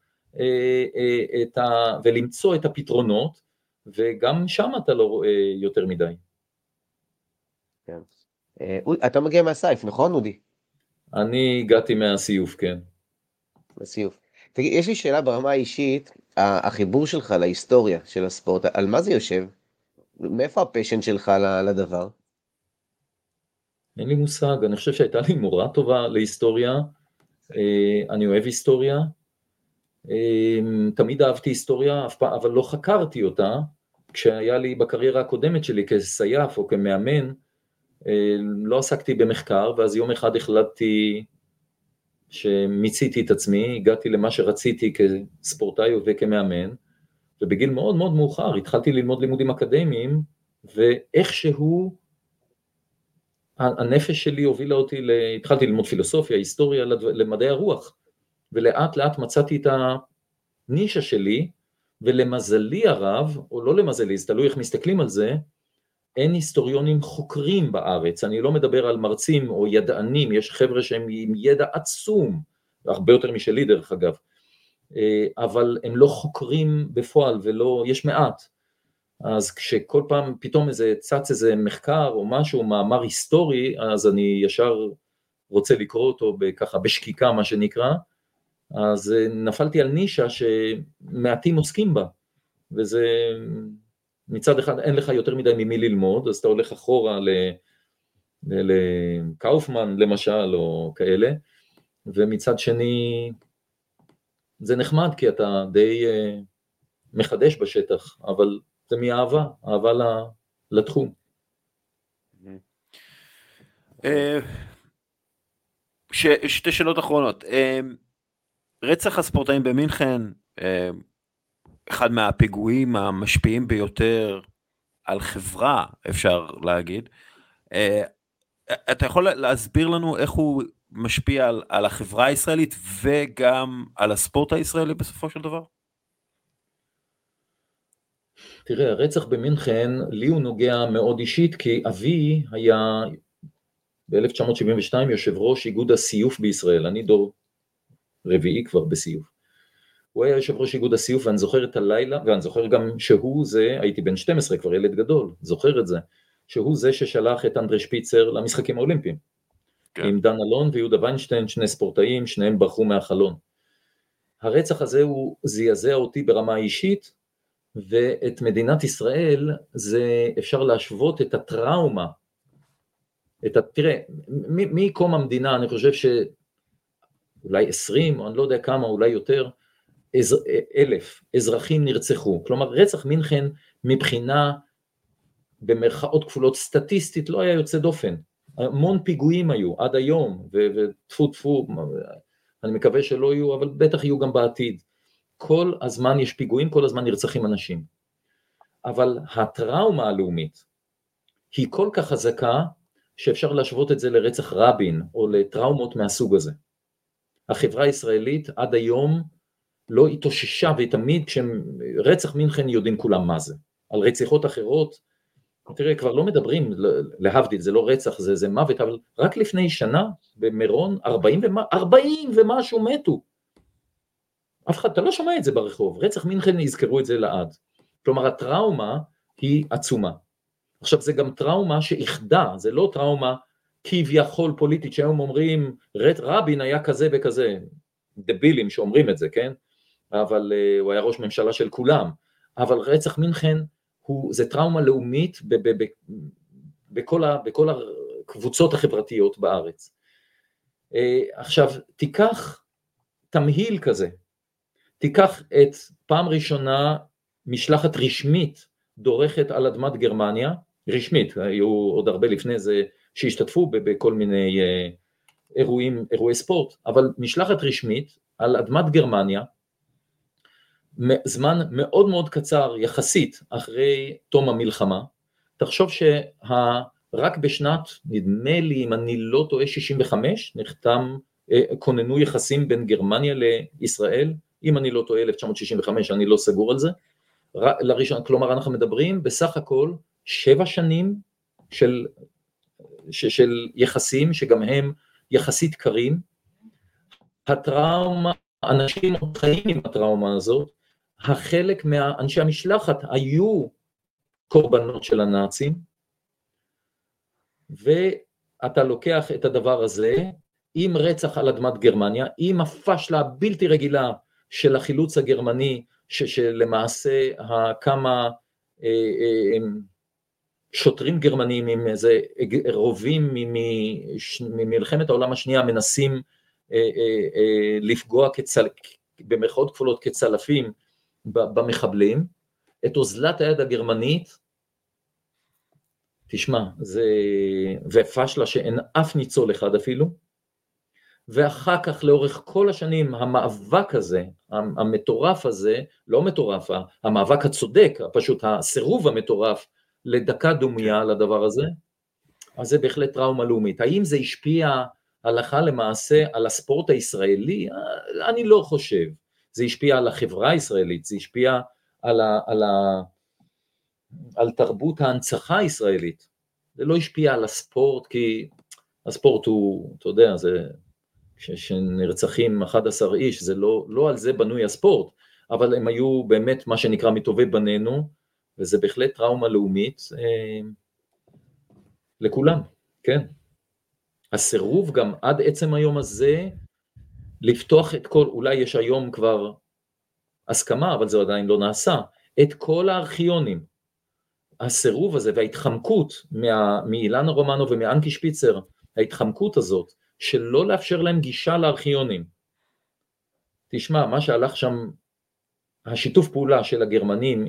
ולמצוא את הפתרונות, וגם שם אתה לא רואה יותר מדי. כן. אתה מגיע מהסייף, נכון אודי? אני הגעתי מהסיוף, כן. בסיוף. תגיד, יש לי שאלה ברמה האישית, החיבור שלך להיסטוריה של הספורט, על מה זה יושב? מאיפה הפשן שלך לדבר? אין לי מושג, אני חושב שהייתה לי מורה טובה להיסטוריה, אני אוהב היסטוריה, תמיד אהבתי היסטוריה, אבל לא חקרתי אותה, כשהיה לי בקריירה הקודמת שלי כסייף או כמאמן, לא עסקתי במחקר, ואז יום אחד החלטתי שמיציתי את עצמי, הגעתי למה שרציתי כספורטאי וכמאמן, ובגיל מאוד מאוד מאוחר התחלתי ללמוד לימודים אקדמיים, ואיכשהו הנפש שלי הובילה אותי, התחלתי ללמוד פילוסופיה, היסטוריה, למדעי הרוח, ולאט לאט מצאתי את הנישה שלי, ולמזלי הרב, או לא למזלי, זה תלוי איך מסתכלים על זה, אין היסטוריונים חוקרים בארץ, אני לא מדבר על מרצים או ידענים, יש חבר'ה שהם עם ידע עצום, הרבה יותר משלי דרך אגב, אבל הם לא חוקרים בפועל ולא, יש מעט. אז כשכל פעם פתאום צץ איזה מחקר או משהו, מאמר היסטורי, אז אני ישר רוצה לקרוא אותו ככה בשקיקה מה שנקרא, אז נפלתי על נישה שמעטים עוסקים בה, וזה מצד אחד אין לך יותר מדי ממי ללמוד, אז אתה הולך אחורה לקאופמן למשל או כאלה, ומצד שני זה נחמד כי אתה די מחדש בשטח, אבל זה מאהבה, אהבה לתחום. שתי שאלות אחרונות. רצח הספורטאים במינכן, אחד מהפיגועים המשפיעים ביותר על חברה, אפשר להגיד. אתה יכול להסביר לנו איך הוא משפיע על החברה הישראלית וגם על הספורט הישראלי בסופו של דבר? תראה, הרצח במינכן, לי הוא נוגע מאוד אישית, כי אבי היה ב-1972 יושב ראש איגוד הסיוף בישראל, אני דור רביעי כבר בסיוף. הוא היה יושב ראש איגוד הסיוף, ואני זוכר את הלילה, ואני זוכר גם שהוא זה, הייתי בן 12, כבר ילד גדול, זוכר את זה, שהוא זה ששלח את אנדרי שפיצר למשחקים האולימפיים. כן. עם דן אלון ויהודה ויינשטיין, שני ספורטאים, שניהם ברחו מהחלון. הרצח הזה הוא זעזע אותי ברמה האישית, ואת מדינת ישראל זה אפשר להשוות את הטראומה, תראה, מקום המדינה אני חושב שאולי 20 או אני לא יודע כמה, אולי יותר, 1,000 אזרחים נרצחו, כלומר רצח מינכן מבחינה במרכאות כפולות סטטיסטית לא היה יוצא דופן, המון פיגועים היו עד היום, וטפו טפו, אני מקווה שלא יהיו, אבל בטח יהיו גם בעתיד, כל הזמן יש פיגועים, כל הזמן נרצחים אנשים, אבל הטראומה הלאומית היא כל כך חזקה, שאפשר להשוות את זה לרצח רבין, או לטראומות מהסוג הזה. החברה הישראלית עד היום לא התאוששה, ותמיד כשרצח מינכן יודעים כולם מה זה. על רציחות אחרות, תראה, כבר לא מדברים, להבדיל, זה לא רצח, זה מוות, אבל רק לפני שנה, במירון, 40 ומשהו מתו. אף אחד, אתה לא שומע את זה ברחוב, רצח מינכן יזכרו את זה לעד. כלומר, הטראומה היא עצומה. עכשיו, זה גם טראומה שאיחדה, זה לא טראומה כביכול פוליטית, שהיום אומרים, רבין היה כזה וכזה, דבילים שאומרים את זה, כן? אבל הוא היה ראש ממשלה של כולם, אבל רצח מינכן, זה טראומה לאומית בכל הקבוצות החברתיות בארץ. עכשיו, תיקח תמהיל כזה, תיקח את פעם ראשונה משלחת רשמית דורכת על אדמת גרמניה, רשמית, היו עוד הרבה לפני זה שהשתתפו בכל מיני אירועי ספורט, אבל משלחת רשמית על אדמת גרמניה, זמן מאוד מאוד קצר יחסית אחרי תום המלחמה, תחשוב שרק בשנת, נדמה לי אם אני לא טועה 65, נחתם, כוננו יחסים בין גרמניה לישראל, אם אני לא טועה 1965, אני לא סגור על זה, לראשון, כלומר אנחנו מדברים בסך הכל 7 שנים של יחסים שגם הם יחסית קרים, הטראומה, אנשים חיים עם הטראומה הזאת, החלק מהאנשי המשלחת היו קורבנות של הנאצים, ואתה לוקח את הדבר הזה, עם רצח על אדמת גרמניה, עם הפשלה הבלתי רגילה של החילוץ הגרמני, שלמעשה כמה שוטרים גרמנים עם איזה רובים ממלחמת העולם השנייה מנסים לפגוע במרכאות כפולות כצלפים במחבלים, את אוזלת היד הגרמנית, תשמע, ופשלה שאין אף ניצול אחד אפילו, ואחר כך לאורך כל השנים המאבק הזה, המטורף הזה, לא מטורף, המאבק הצודק, פשוט הסירוב המטורף לדקה דומיה על הדבר הזה, אז זה בהחלט טראומה לאומית. האם זה השפיע הלכה למעשה על הספורט הישראלי? אני לא חושב. זה השפיע על החברה הישראלית, זה השפיע על תרבות ההנצחה הישראלית. זה לא השפיע על הספורט, כי הספורט הוא, אתה יודע, שנרצחים 11 איש, זה לא על זה בנוי הספורט, אבל הם היו באמת מה שנקרא מטובי בנינו, וזה בהחלט טראומה לאומית לכולם, כן. הסירוב גם עד עצם היום הזה, לפתוח את כל, אולי יש היום כבר הסכמה, אבל זה עדיין לא נעשה, את כל הארכיונים, הסירוב הזה וההתחמקות מאילנה רומנו ומאנקי שפיצר, ההתחמקות הזאת, שלא לאפשר להם גישה לארכיונים. תשמע, מה שהלך שם, השיתוף פעולה של הגרמנים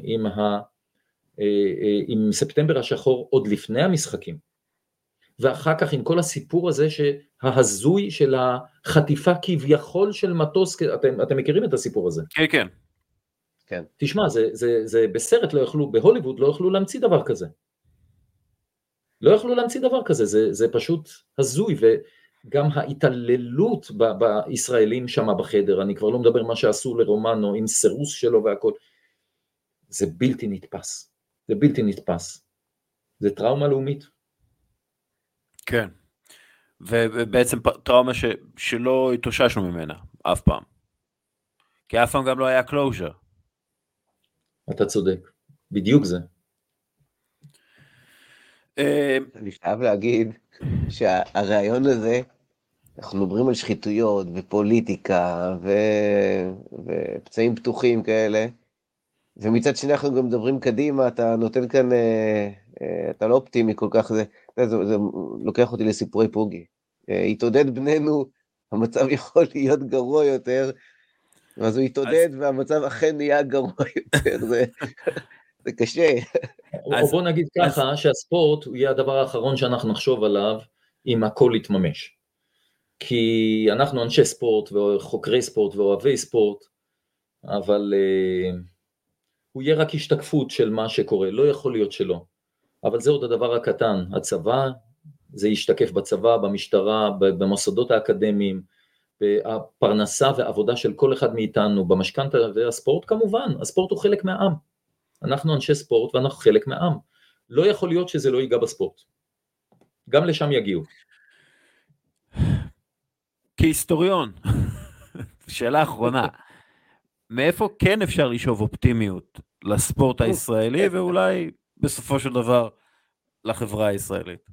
עם ספטמבר השחור עוד לפני המשחקים, ואחר כך עם כל הסיפור הזה שההזוי של החטיפה כביכול של מטוס, אתם מכירים את הסיפור הזה? כן, כן. כן. תשמע, זה בסרט לא יכלו, בהוליווד לא יכלו להמציא דבר כזה. לא יכלו להמציא דבר כזה, זה פשוט הזוי, וגם ההתעללות בישראלים שם בחדר, אני כבר לא מדבר מה שעשו לרומנו עם סירוס שלו והכל, זה בלתי נתפס, זה בלתי נתפס, זה טראומה לאומית. כן, ובעצם טראומה שלא התאוששנו ממנה, אף פעם. כי אף פעם גם לא היה closure. אתה צודק, בדיוק זה. אני חייב להגיד שהרעיון הזה, אנחנו מדברים על שחיתויות ופוליטיקה ופצעים פתוחים כאלה, ומצד שני אנחנו גם מדברים קדימה, אתה נותן כאן, אתה לא אופטימי כל כך, זה לוקח אותי לסיפורי פוגי. התעודד בנינו, המצב יכול להיות גרוע יותר, אז הוא התעודד והמצב אכן נהיה גרוע יותר, זה קשה. או בוא נגיד ככה, שהספורט הוא יהיה הדבר האחרון שאנחנו נחשוב עליו, אם הכל יתממש. כי אנחנו אנשי ספורט וחוקרי ספורט ואוהבי ספורט, אבל הוא יהיה רק השתקפות של מה שקורה, לא יכול להיות שלא. אבל זה עוד הדבר הקטן, הצבא, זה ישתקף בצבא, במשטרה, במוסדות האקדמיים, בפרנסה ועבודה של כל אחד מאיתנו, במשכנתא והספורט כמובן, הספורט הוא חלק מהעם. אנחנו אנשי ספורט ואנחנו חלק מהעם. לא יכול להיות שזה לא ייגע בספורט. גם לשם יגיעו. כהיסטוריון, שאלה אחרונה, מאיפה כן אפשר לשאוב אופטימיות לספורט הישראלי, ואולי בסופו של דבר לחברה הישראלית?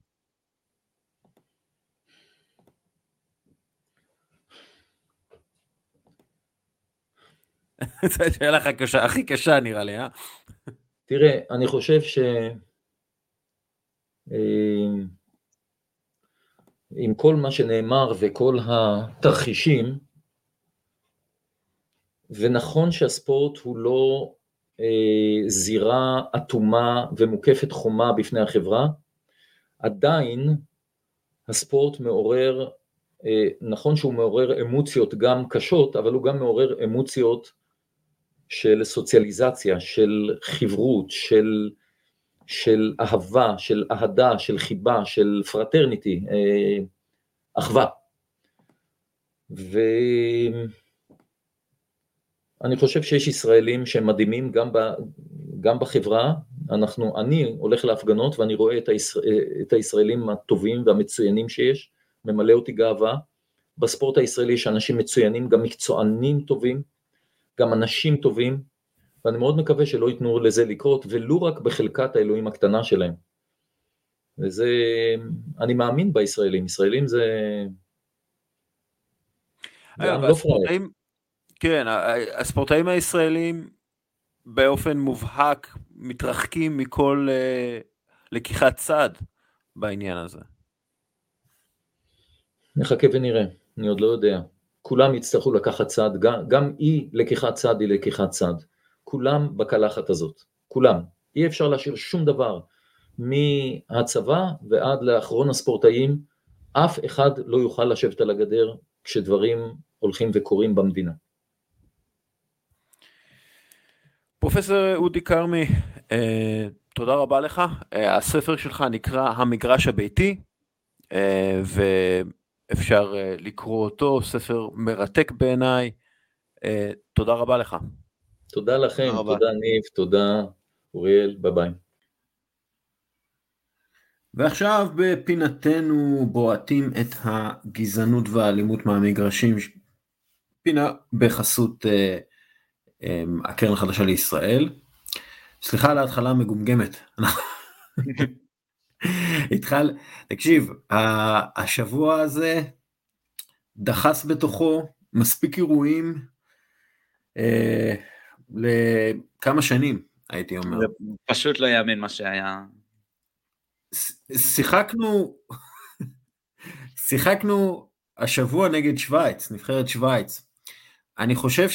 זו השאלה הכי קשה נראה לי, אה? תראה, אני חושב עם כל מה שנאמר וכל התרחישים, ונכון שהספורט הוא לא זירה אטומה ומוקפת חומה בפני החברה, עדיין הספורט מעורר, נכון שהוא מעורר אמוציות גם קשות, אבל הוא גם מעורר אמוציות של סוציאליזציה, של חברות, של אהבה, של אהדה, של חיבה, של פרטרניטי, אחווה. ואני חושב שיש ישראלים שהם מדהימים גם בחברה, אני הולך להפגנות ואני רואה את הישראלים הטובים והמצוינים שיש, ממלא אותי גאווה. בספורט הישראלי יש אנשים מצוינים, גם מקצוענים טובים, גם אנשים טובים, ואני מאוד מקווה שלא ייתנו לזה לקרות, ולא רק בחלקת האלוהים הקטנה שלהם. וזה, אני מאמין בישראלים, ישראלים זה... הספורטאים, כן, הספורטאים הישראלים באופן מובהק מתרחקים מכל לקיחת צד בעניין הזה. נחכה ונראה, אני עוד לא יודע. כולם יצטרכו לקחת צד, גם לקיחת צד היא לקיחת צד. כולם בקלחת הזאת, כולם. אי אפשר להשאיר שום דבר, מהצבא ועד לאחרון הספורטאים, אף אחד לא יוכל לשבת על הגדר כשדברים הולכים וקורים במדינה. פרופסור אודי כרמי, תודה רבה לך. הספר שלך נקרא המגרש הביתי, ואפשר לקרוא אותו, ספר מרתק בעיניי. תודה רבה לך. תודה לכם, תודה ניב, תודה אוריאל, ביי ביי. ועכשיו בפינתנו בועטים את הגזענות והאלימות מהמגרשים, פינה בחסות הקרן החדשה לישראל. סליחה על ההתחלה המגומגמת. תקשיב, השבוע הזה דחס בתוכו מספיק אירועים לכמה שנים, הייתי אומר. זה פשוט לא יאמן מה שהיה. שיחקנו השבוע נגד שוויץ, נבחרת שוויץ. אני חושב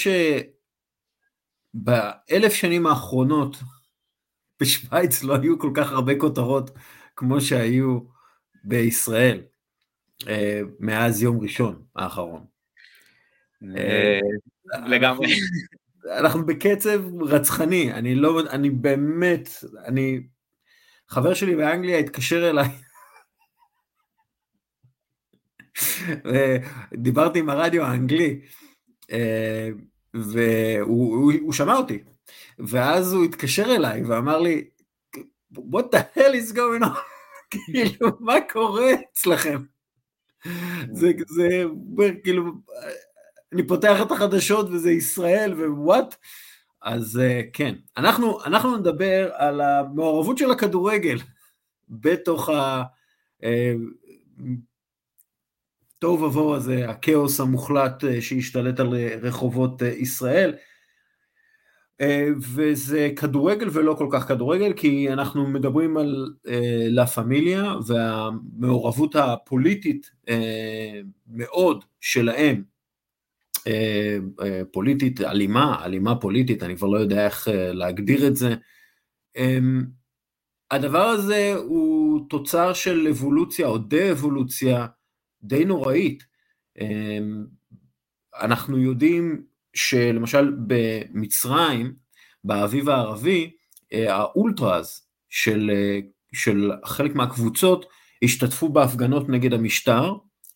ב1000 שנים האחרונות בשוויץ לא היו כל כך הרבה כותרות כמו שהיו בישראל מאז יום ראשון האחרון. לגמרי. אנחנו בקצב רצחני, אני באמת, חבר שלי באנגליה התקשר אליי, דיברתי עם הרדיו האנגלי, והוא שמע אותי, ואז הוא התקשר אליי ואמר לי, what the hell is going on? כאילו, מה קורה אצלכם? זה כאילו, אני פותח את החדשות וזה ישראל ווואט, אז כן, אנחנו נדבר על המעורבות של הכדורגל בתוך טוב ובוא הזה, הכאוס המוחלט שהשתלט על רחובות ישראל, וזה כדורגל ולא כל כך כדורגל, כי אנחנו מדברים על לה פמיליה, והמעורבות הפוליטית מאוד שלהם, פוליטית, אלימה פוליטית, אני כבר לא יודע איך להגדיר את זה. הדבר הזה הוא תוצר של אבולוציה או דה-אבולוציה די נוראית. אנחנו יודעים שלמשל במצרים, באביב הערבי, האולטראז של חלק מהקבוצות השתתפו בהפגנות נגד המשטר,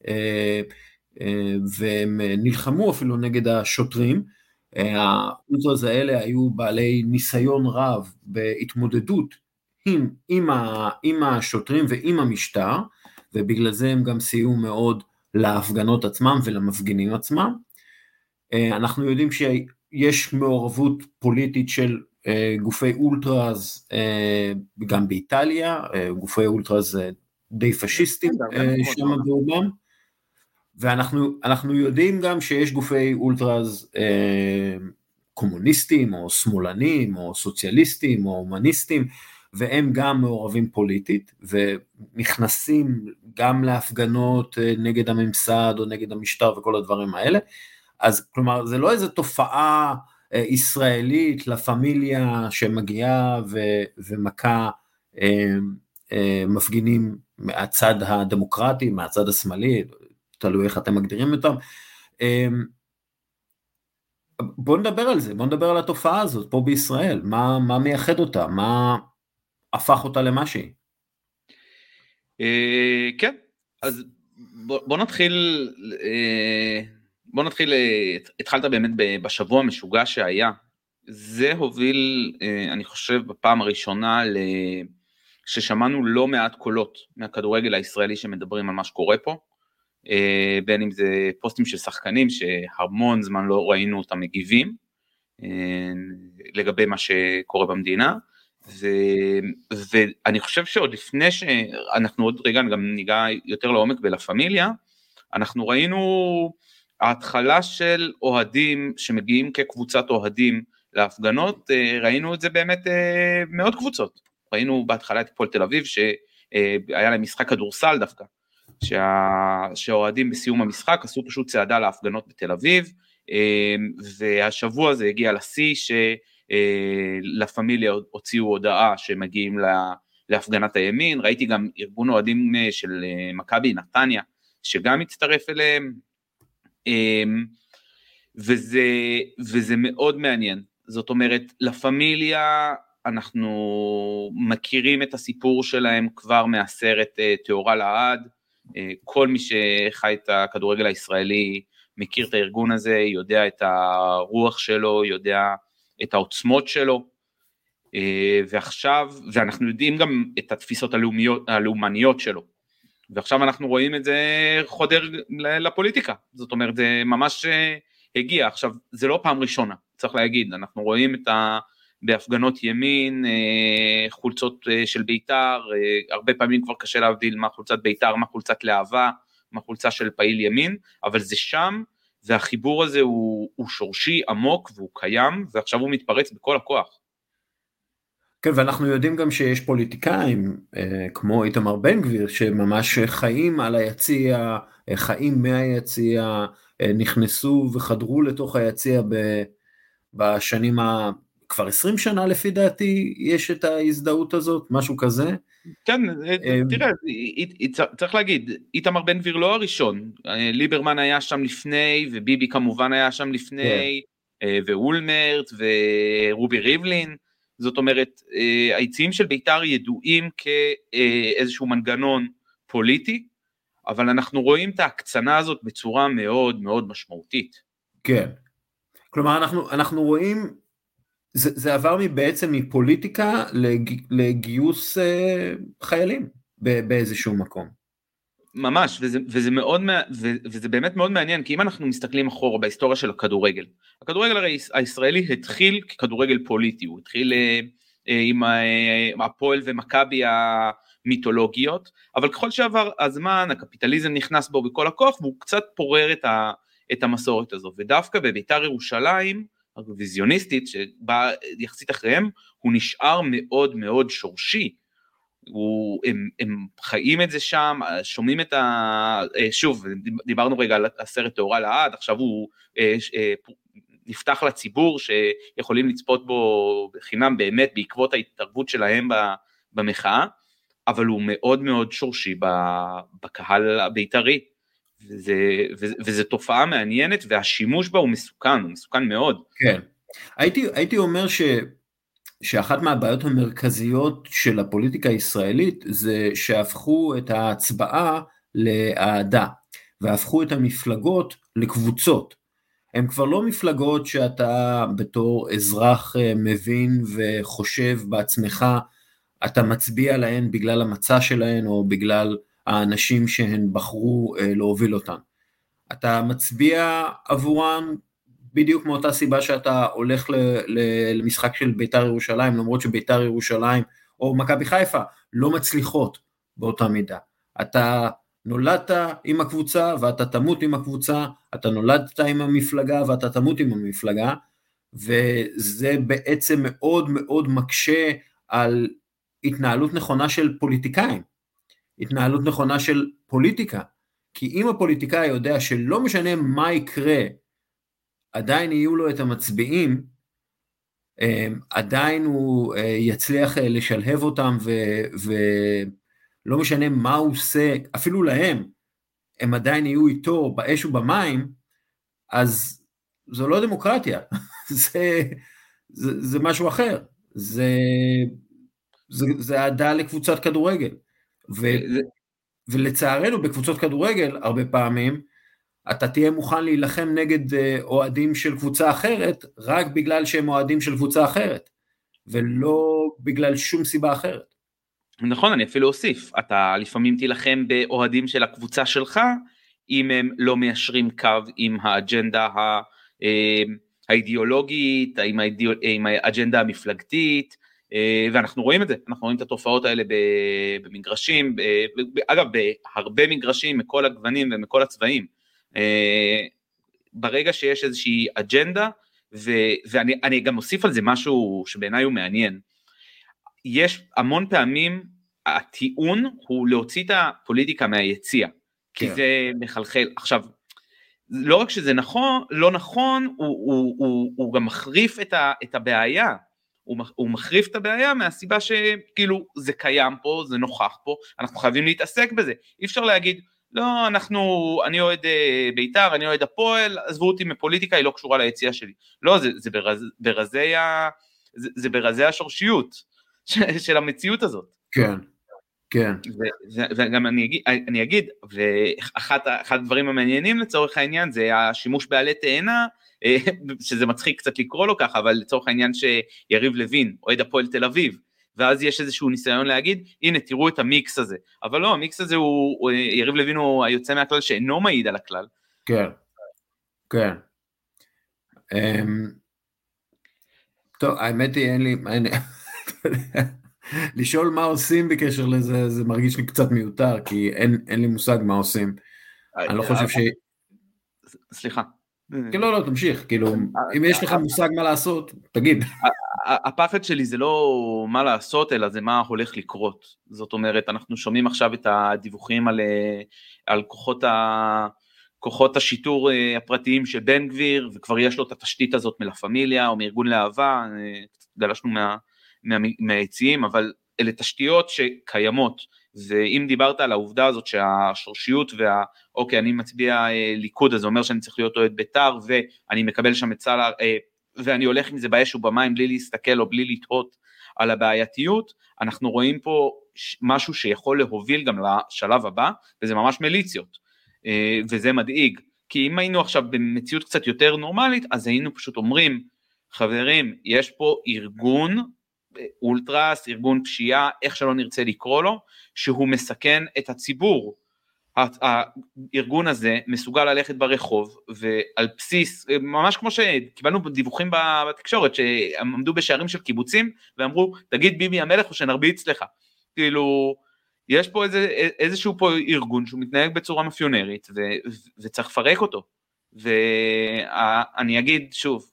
והם נלחמו אפילו נגד השוטרים. האולטראז האלה היו בעלי ניסיון רב בהתמודדות עם השוטרים ועם המשטר, ובגלל זה הם גם סייעו מאוד להפגנות עצמם ולמפגינים עצמם. אנחנו יודעים שיש מעורבות פוליטית של גופי אולטראז גם באיטליה, גופי אולטראז די פשיסטים שם ברובם, ואנחנו יודעים גם שיש גופי אולטראז קומוניסטים או שמאלנים או סוציאליסטים או הומניסטים, והם גם מעורבים פוליטית, ונכנסים גם להפגנות נגד הממסד או נגד המשטר וכל הדברים האלה. אז כלומר, זה לא איזו תופעה ישראלית, לה פמיליה שמגיעה ומכה מפגינים מהצד הדמוקרטי, מהצד השמאלי, תלוי איך אתם מגדירים אותם. בואו נדבר על זה, בואו נדבר על התופעה הזאת פה בישראל, מה מייחד אותה, מה הפך אותה למה שהיא? כן, אז בוא נתחיל, התחלת באמת בשבוע המשוגע שהיה, זה הוביל, אני חושב בפעם הראשונה, ששמענו לא מעט קולות מהכדורגל הישראלי שמדברים על מה שקורה פה, בין אם זה פוסטים של שחקנים שהמון זמן לא ראינו אותם מגיבים, לגבי מה שקורה במדינה, ואני חושב שעוד לפני שאנחנו עוד רגע גם ניגע יותר לעומק בלה פמיליה, אנחנו ראינו ההתחלה של אוהדים שמגיעים כקבוצת אוהדים להפגנות, ראינו את זה באמת מאוד קבוצות, ראינו בהתחלה את הפועל תל אביב שהיה להם משחק כדורסל דווקא, שהאוהדים בסיום המשחק עשו פשוט צעדה להפגנות בתל אביב, והשבוע הזה הגיע לשיא לה פמיליה הוציאו הודעה שמגיעים להפגנת הימין, ראיתי גם ארגון אוהדים של מכבי נתניה שגם הצטרף אליהם, וזה מאוד מעניין. זאת אומרת, לה פמיליה, אנחנו מכירים את הסיפור שלהם כבר מהסרט תאורה לעד, כל מי שחי את הכדורגל הישראלי מכיר את הארגון הזה, יודע את הרוח שלו, יודע את העוצמות שלו, ועכשיו, ואנחנו יודעים גם את התפיסות הלאומניות שלו, ועכשיו אנחנו רואים את זה חודר לפוליטיקה, זאת אומרת זה ממש הגיע, עכשיו זה לא פעם ראשונה, צריך להגיד, אנחנו רואים בהפגנות ימין, חולצות של בית"ר, הרבה פעמים כבר קשה להבדיל מה חולצת בית"ר, מה חולצת להבה, מה חולצה של פעיל ימין, אבל זה שם, והחיבור הזה הוא שורשי, עמוק, והוא קיים, ועכשיו הוא מתפרץ בכל הכוח. כן, ואנחנו יודעים גם שיש פוליטיקאים, כמו איתמר בן גביר, שממש חיים על היציע, חיים מהיציע, נכנסו וחדרו לתוך היציע בשנים כבר 20 שנה לפי דעתי, יש את ההזדהות הזאת, משהו כזה. כן, תראה, צריך להגיד, איתמר בן גביר לא הראשון, ליברמן היה שם לפני, וביבי כמובן היה שם לפני, ואולמרט, ורובי ריבלין, זאת אומרת, היציעים של בית"ר ידועים כאיזשהו מנגנון פוליטי, אבל אנחנו רואים את ההקצנה הזאת בצורה מאוד מאוד משמעותית. כן, כלומר אנחנו רואים, זה עבר בעצם מפוליטיקה לגיוס חיילים באיזשהו מקום. ממש, וזה באמת מאוד מעניין, כי אם אנחנו מסתכלים אחורה בהיסטוריה של הכדורגל הרי הישראלי התחיל ככדורגל פוליטי, הוא התחיל עם הפועל ומכבי המיתולוגיות, אבל ככל שעבר הזמן, הקפיטליזם נכנס בו בכל הכוח, והוא קצת פורר את המסורת הזו, ודווקא בבית"ר ירושלים, הרוויזיוניסטית, שבאה יחסית אחריהם, הוא נשאר מאוד מאוד שורשי, הם חיים את זה שם, שומעים את שוב, דיברנו רגע על הסרט תאורה לעד, עכשיו הוא נפתח לציבור, שיכולים לצפות בו בחינם באמת, בעקבות ההתערבות שלהם במחאה, אבל הוא מאוד מאוד שורשי בקהל הבית"רי, וזה תופעה מעניינת, והשימוש בה הוא מסוכן מאוד. כן, הייתי אומר שאחת מהבעיות המרכזיות של הפוליטיקה הישראלית, זה שהפכו את ההצבעה לאהדה, והפכו את המפלגות לקבוצות. הן כבר לא מפלגות שאתה בתור אזרח מבין וחושב בעצמך, אתה מצביע להן בגלל המצע שלהן, או בגלל האנשים שהן בחרו להוביל אותן. אתה מצביע עבורן בדיוק מאותה סיבה שאתה הולך למשחק של בית"ר ירושלים, למרות שבית"ר ירושלים או מכבי חיפה לא מצליחות באותה מידה. אתה נולדת עם הקבוצה ואתה תמות עם הקבוצה, אתה נולדת עם המפלגה ואתה תמות עם המפלגה, וזה בעצם מאוד מאוד מקשה על התנהלות נכונה של פוליטיקאים, התנהלות נכונה של פוליטיקה, כי אם הפוליטיקאי יודע שלא משנה מה יקרה, עדיין יהיו לו את המצביעים, עדיין הוא יצליח לשלהב אותם, ולא משנה מה הוא עושה, אפילו להם, הם עדיין יהיו איתו באש ובמים, אז זו לא דמוקרטיה, זה משהו אחר, זה אהדה לקבוצת כדורגל, ולצערנו בקבוצות כדורגל הרבה פעמים, אתה תהיה מוכן להילחם נגד אוהדים של קבוצה אחרת, רק בגלל שהם אוהדים של קבוצה אחרת, ולא בגלל שום סיבה אחרת. נכון, אני אפילו אוסיף, אתה לפעמים תילחם באוהדים של הקבוצה שלך, אם הם לא מיישרים קו עם האג'נדה האידיאולוגית, עם האג'נדה המפלגתית, ואנחנו רואים את זה, אנחנו רואים את התופעות האלה במגרשים, אגב, בהרבה מגרשים, מכל הגוונים ומכל הצבעים, ברגע שיש איזושהי אג'נדה, ואני גם אוסיף על זה משהו שבעיניי הוא מעניין, יש המון פעמים, הטיעון הוא להוציא את הפוליטיקה מהיציע, כי זה מחלחל, עכשיו, לא רק שזה נכון, לא נכון, הוא גם מחריף את הבעיה, הוא מחריף את הבעיה מהסיבה שכאילו זה קיים פה, זה נוכח פה, אנחנו חייבים להתעסק בזה, אי אפשר להגיד, לא, אני אוהד בית"ר, אני אוהד הפועל, עזבו אותי מפוליטיקה, היא לא קשורה ליציאה שלי. לא, זה ברזי השורשיות של המציאות הזאת. כן, כן. וגם אני אגיד, ואחד הדברים המעניינים לצורך העניין, זה השימוש בעלי תאנה, שזה מצחיק קצת לקרוא לו ככה, אבל לצורך העניין שיריב לוין, אוהד הפועל תל אביב, ואז יש איזשהו ניסיון להגיד, הנה תראו את המיקס הזה, אבל לא, המיקס הזה הוא, יריב לוין הוא היוצא מהכלל שאינו מעיד על הכלל. כן, כן. טוב, האמת היא, אין לי, לשאול מה עושים בקשר לזה, זה מרגיש לי קצת מיותר, כי אין לי מושג מה עושים. אני לא חושב ש... סליחה. כן, לא, תמשיך, כאילו, אם יש לך מושג מה לעשות, תגיד. הפחד שלי זה לא מה לעשות, אלא זה מה הולך לקרות. זאת אומרת, אנחנו שומעים עכשיו את הדיווחים על כוחות השיטור הפרטיים של בן גביר, וכבר יש לו את התשתית הזאת מלה פמיליה, או מארגון להבה, גלשנו מהיציאים, אבל אלה תשתיות שקיימות, ואם דיברת על העובדה הזאת שהשורשיות אוקיי, אני מצביע ליכוד, אז זה אומר שאני צריך להיות אוהד בית"ר, ואני מקבל שם את סלר, ואני הולך עם זה באש ובמים, בלי להסתכל או בלי לתהות על הבעייתיות, אנחנו רואים פה משהו שיכול להוביל גם לשלב הבא, וזה ממש מיליציות, וזה מדאיג, כי אם היינו עכשיו במציאות קצת יותר נורמלית, אז היינו פשוט אומרים, חברים, יש פה ארגון, אולטרס, ארגון פשיעה, איך שלא נרצה לקרוא לו, שהוא מסכן את הציבור. הארגון הזה מסוגל ללכת ברחוב, ועל בסיס, ממש כמו שקיבלנו דיווחים בתקשורת, שהם עמדו בשערים של קיבוצים, ואמרו, תגיד ביבי המלך או שנרביץ לך. כאילו, יש פה איזשהו פה ארגון, שהוא מתנהג בצורה מאפיונרית, וצריך לפרק אותו. ואני אגיד שוב,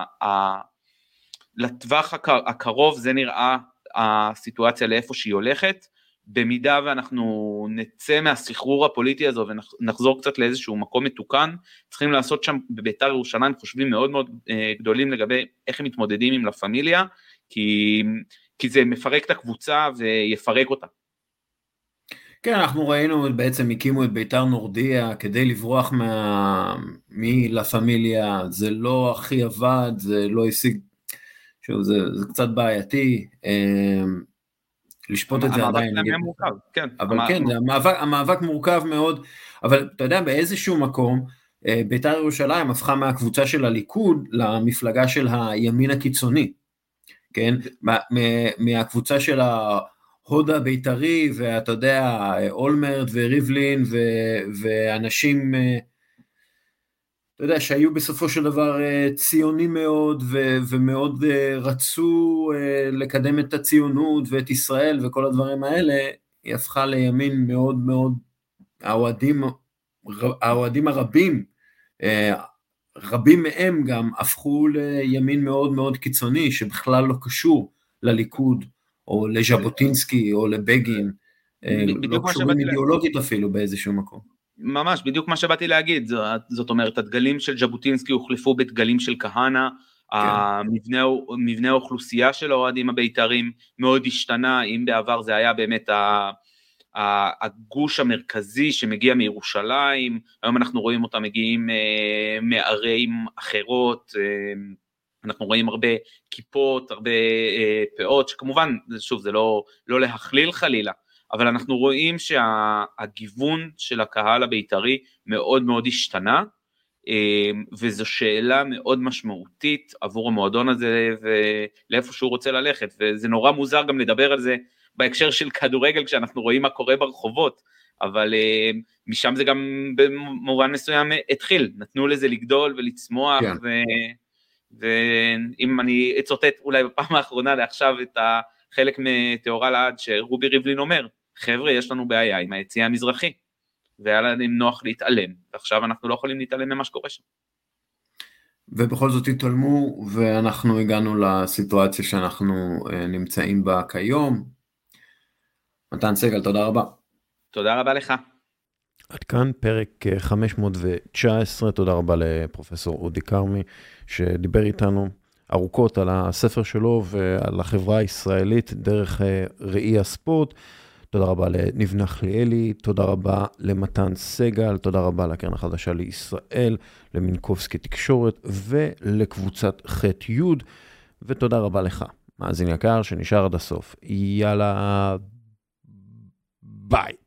לטווח הקרוב זה נראה הסיטואציה לאיפה שהיא הולכת, במידה ואנחנו נצא מהסחרור הפוליטי הזו ונחזור קצת לאיזשהו מקום מתוקן, צריכים לעשות שם בבית"ר ירושלים חושבים מאוד מאוד גדולים לגבי איך הם מתמודדים עם לה פמיליה, כי זה מפרק את הקבוצה ויפרק אותה. כן, אנחנו ראינו, בעצם הקימו את בית"ר נורדיה כדי לברוח מלה פמיליה, זה לא הכי עבד, זה לא השיג, שוב, זה קצת בעייתי, לשפוט את זה עדיין. המאבק מורכב, כן. אבל כן, המאבק מורכב מאוד, אבל אתה יודע, באיזשהו מקום, בית"ר ירושלים הפכה מהקבוצה של הליכוד למפלגה של הימין הקיצוני, כן? מהקבוצה של ההודה בית"רי, ואתה יודע, אולמרט וריבלין, ואנשים, אתה יודע, שהיו בסופו של דבר ציונים מאוד, ומאוד רצו לקדם את הציונות ואת ישראל וכל הדברים האלה, היא הפכה לימין מאוד מאוד, האוהדים הרבים, רבים מהם גם הפכו לימין מאוד מאוד קיצוני, שבכלל לא קשור לליכוד, או לז'בוטינסקי, או לבגין, לא קשורים אידיאולוגית אפילו באיזשהו מקום. ממש, בדיוק מה שבאתי להגיד, זאת אומרת, הדגלים של ז'בוטינסקי הוחלפו בדגלים של כהנא, מבנה האוכלוסייה של האוהדים הבית"רים מאוד השתנה, אם בעבר זה היה באמת הגוש המרכזי שמגיע מירושלים, היום אנחנו רואים אותם מגיעים מערים אחרות, אנחנו רואים הרבה כיפות, הרבה פאות, שכמובן, שוב, זה לא להכליל חלילה, אבל אנחנו רואים שהגיוון של הקהל הבית"רי מאוד מאוד השתנה, וזו שאלה מאוד משמעותית עבור המועדון הזה, ולאיפה שהוא רוצה ללכת, וזה נורא מוזר גם לדבר על זה, בהקשר של כדורגל, כשאנחנו רואים מה קורה ברחובות, אבל משם זה גם במובן מסוים התחיל, נתנו לזה לגדול ולצמוח, כן. ואם אני אצוטט אולי בפעם האחרונה לעכשיו את החלק מתיאורה לעד, שרובי ריבלין אומר, חבר'ה, יש לנו בעיה עם היציאה המזרחי, והיה להם נוח להתעלם, ועכשיו אנחנו לא יכולים להתעלם ממה שקורה שם. ובכל זאת התעלמו, ואנחנו הגענו לסיטואציה שאנחנו נמצאים בה כיום. מתן סגל, תודה רבה. תודה רבה לך. עד כאן פרק 519, תודה רבה לפרופסור אודי כרמי, שדיבר איתנו ארוכות על הספר שלו, ועל החברה הישראלית דרך ראי הספורט. תודה רבה לנבנה ליאלי, תודה רבה למתן סגל, תודה רבה לקרן החדשה לישראל, למינקובסקי תקשורת ולקבוצת ח' י', ותודה רבה לך, מאזין יקר שנשאר עד הסוף. יאללה, ביי.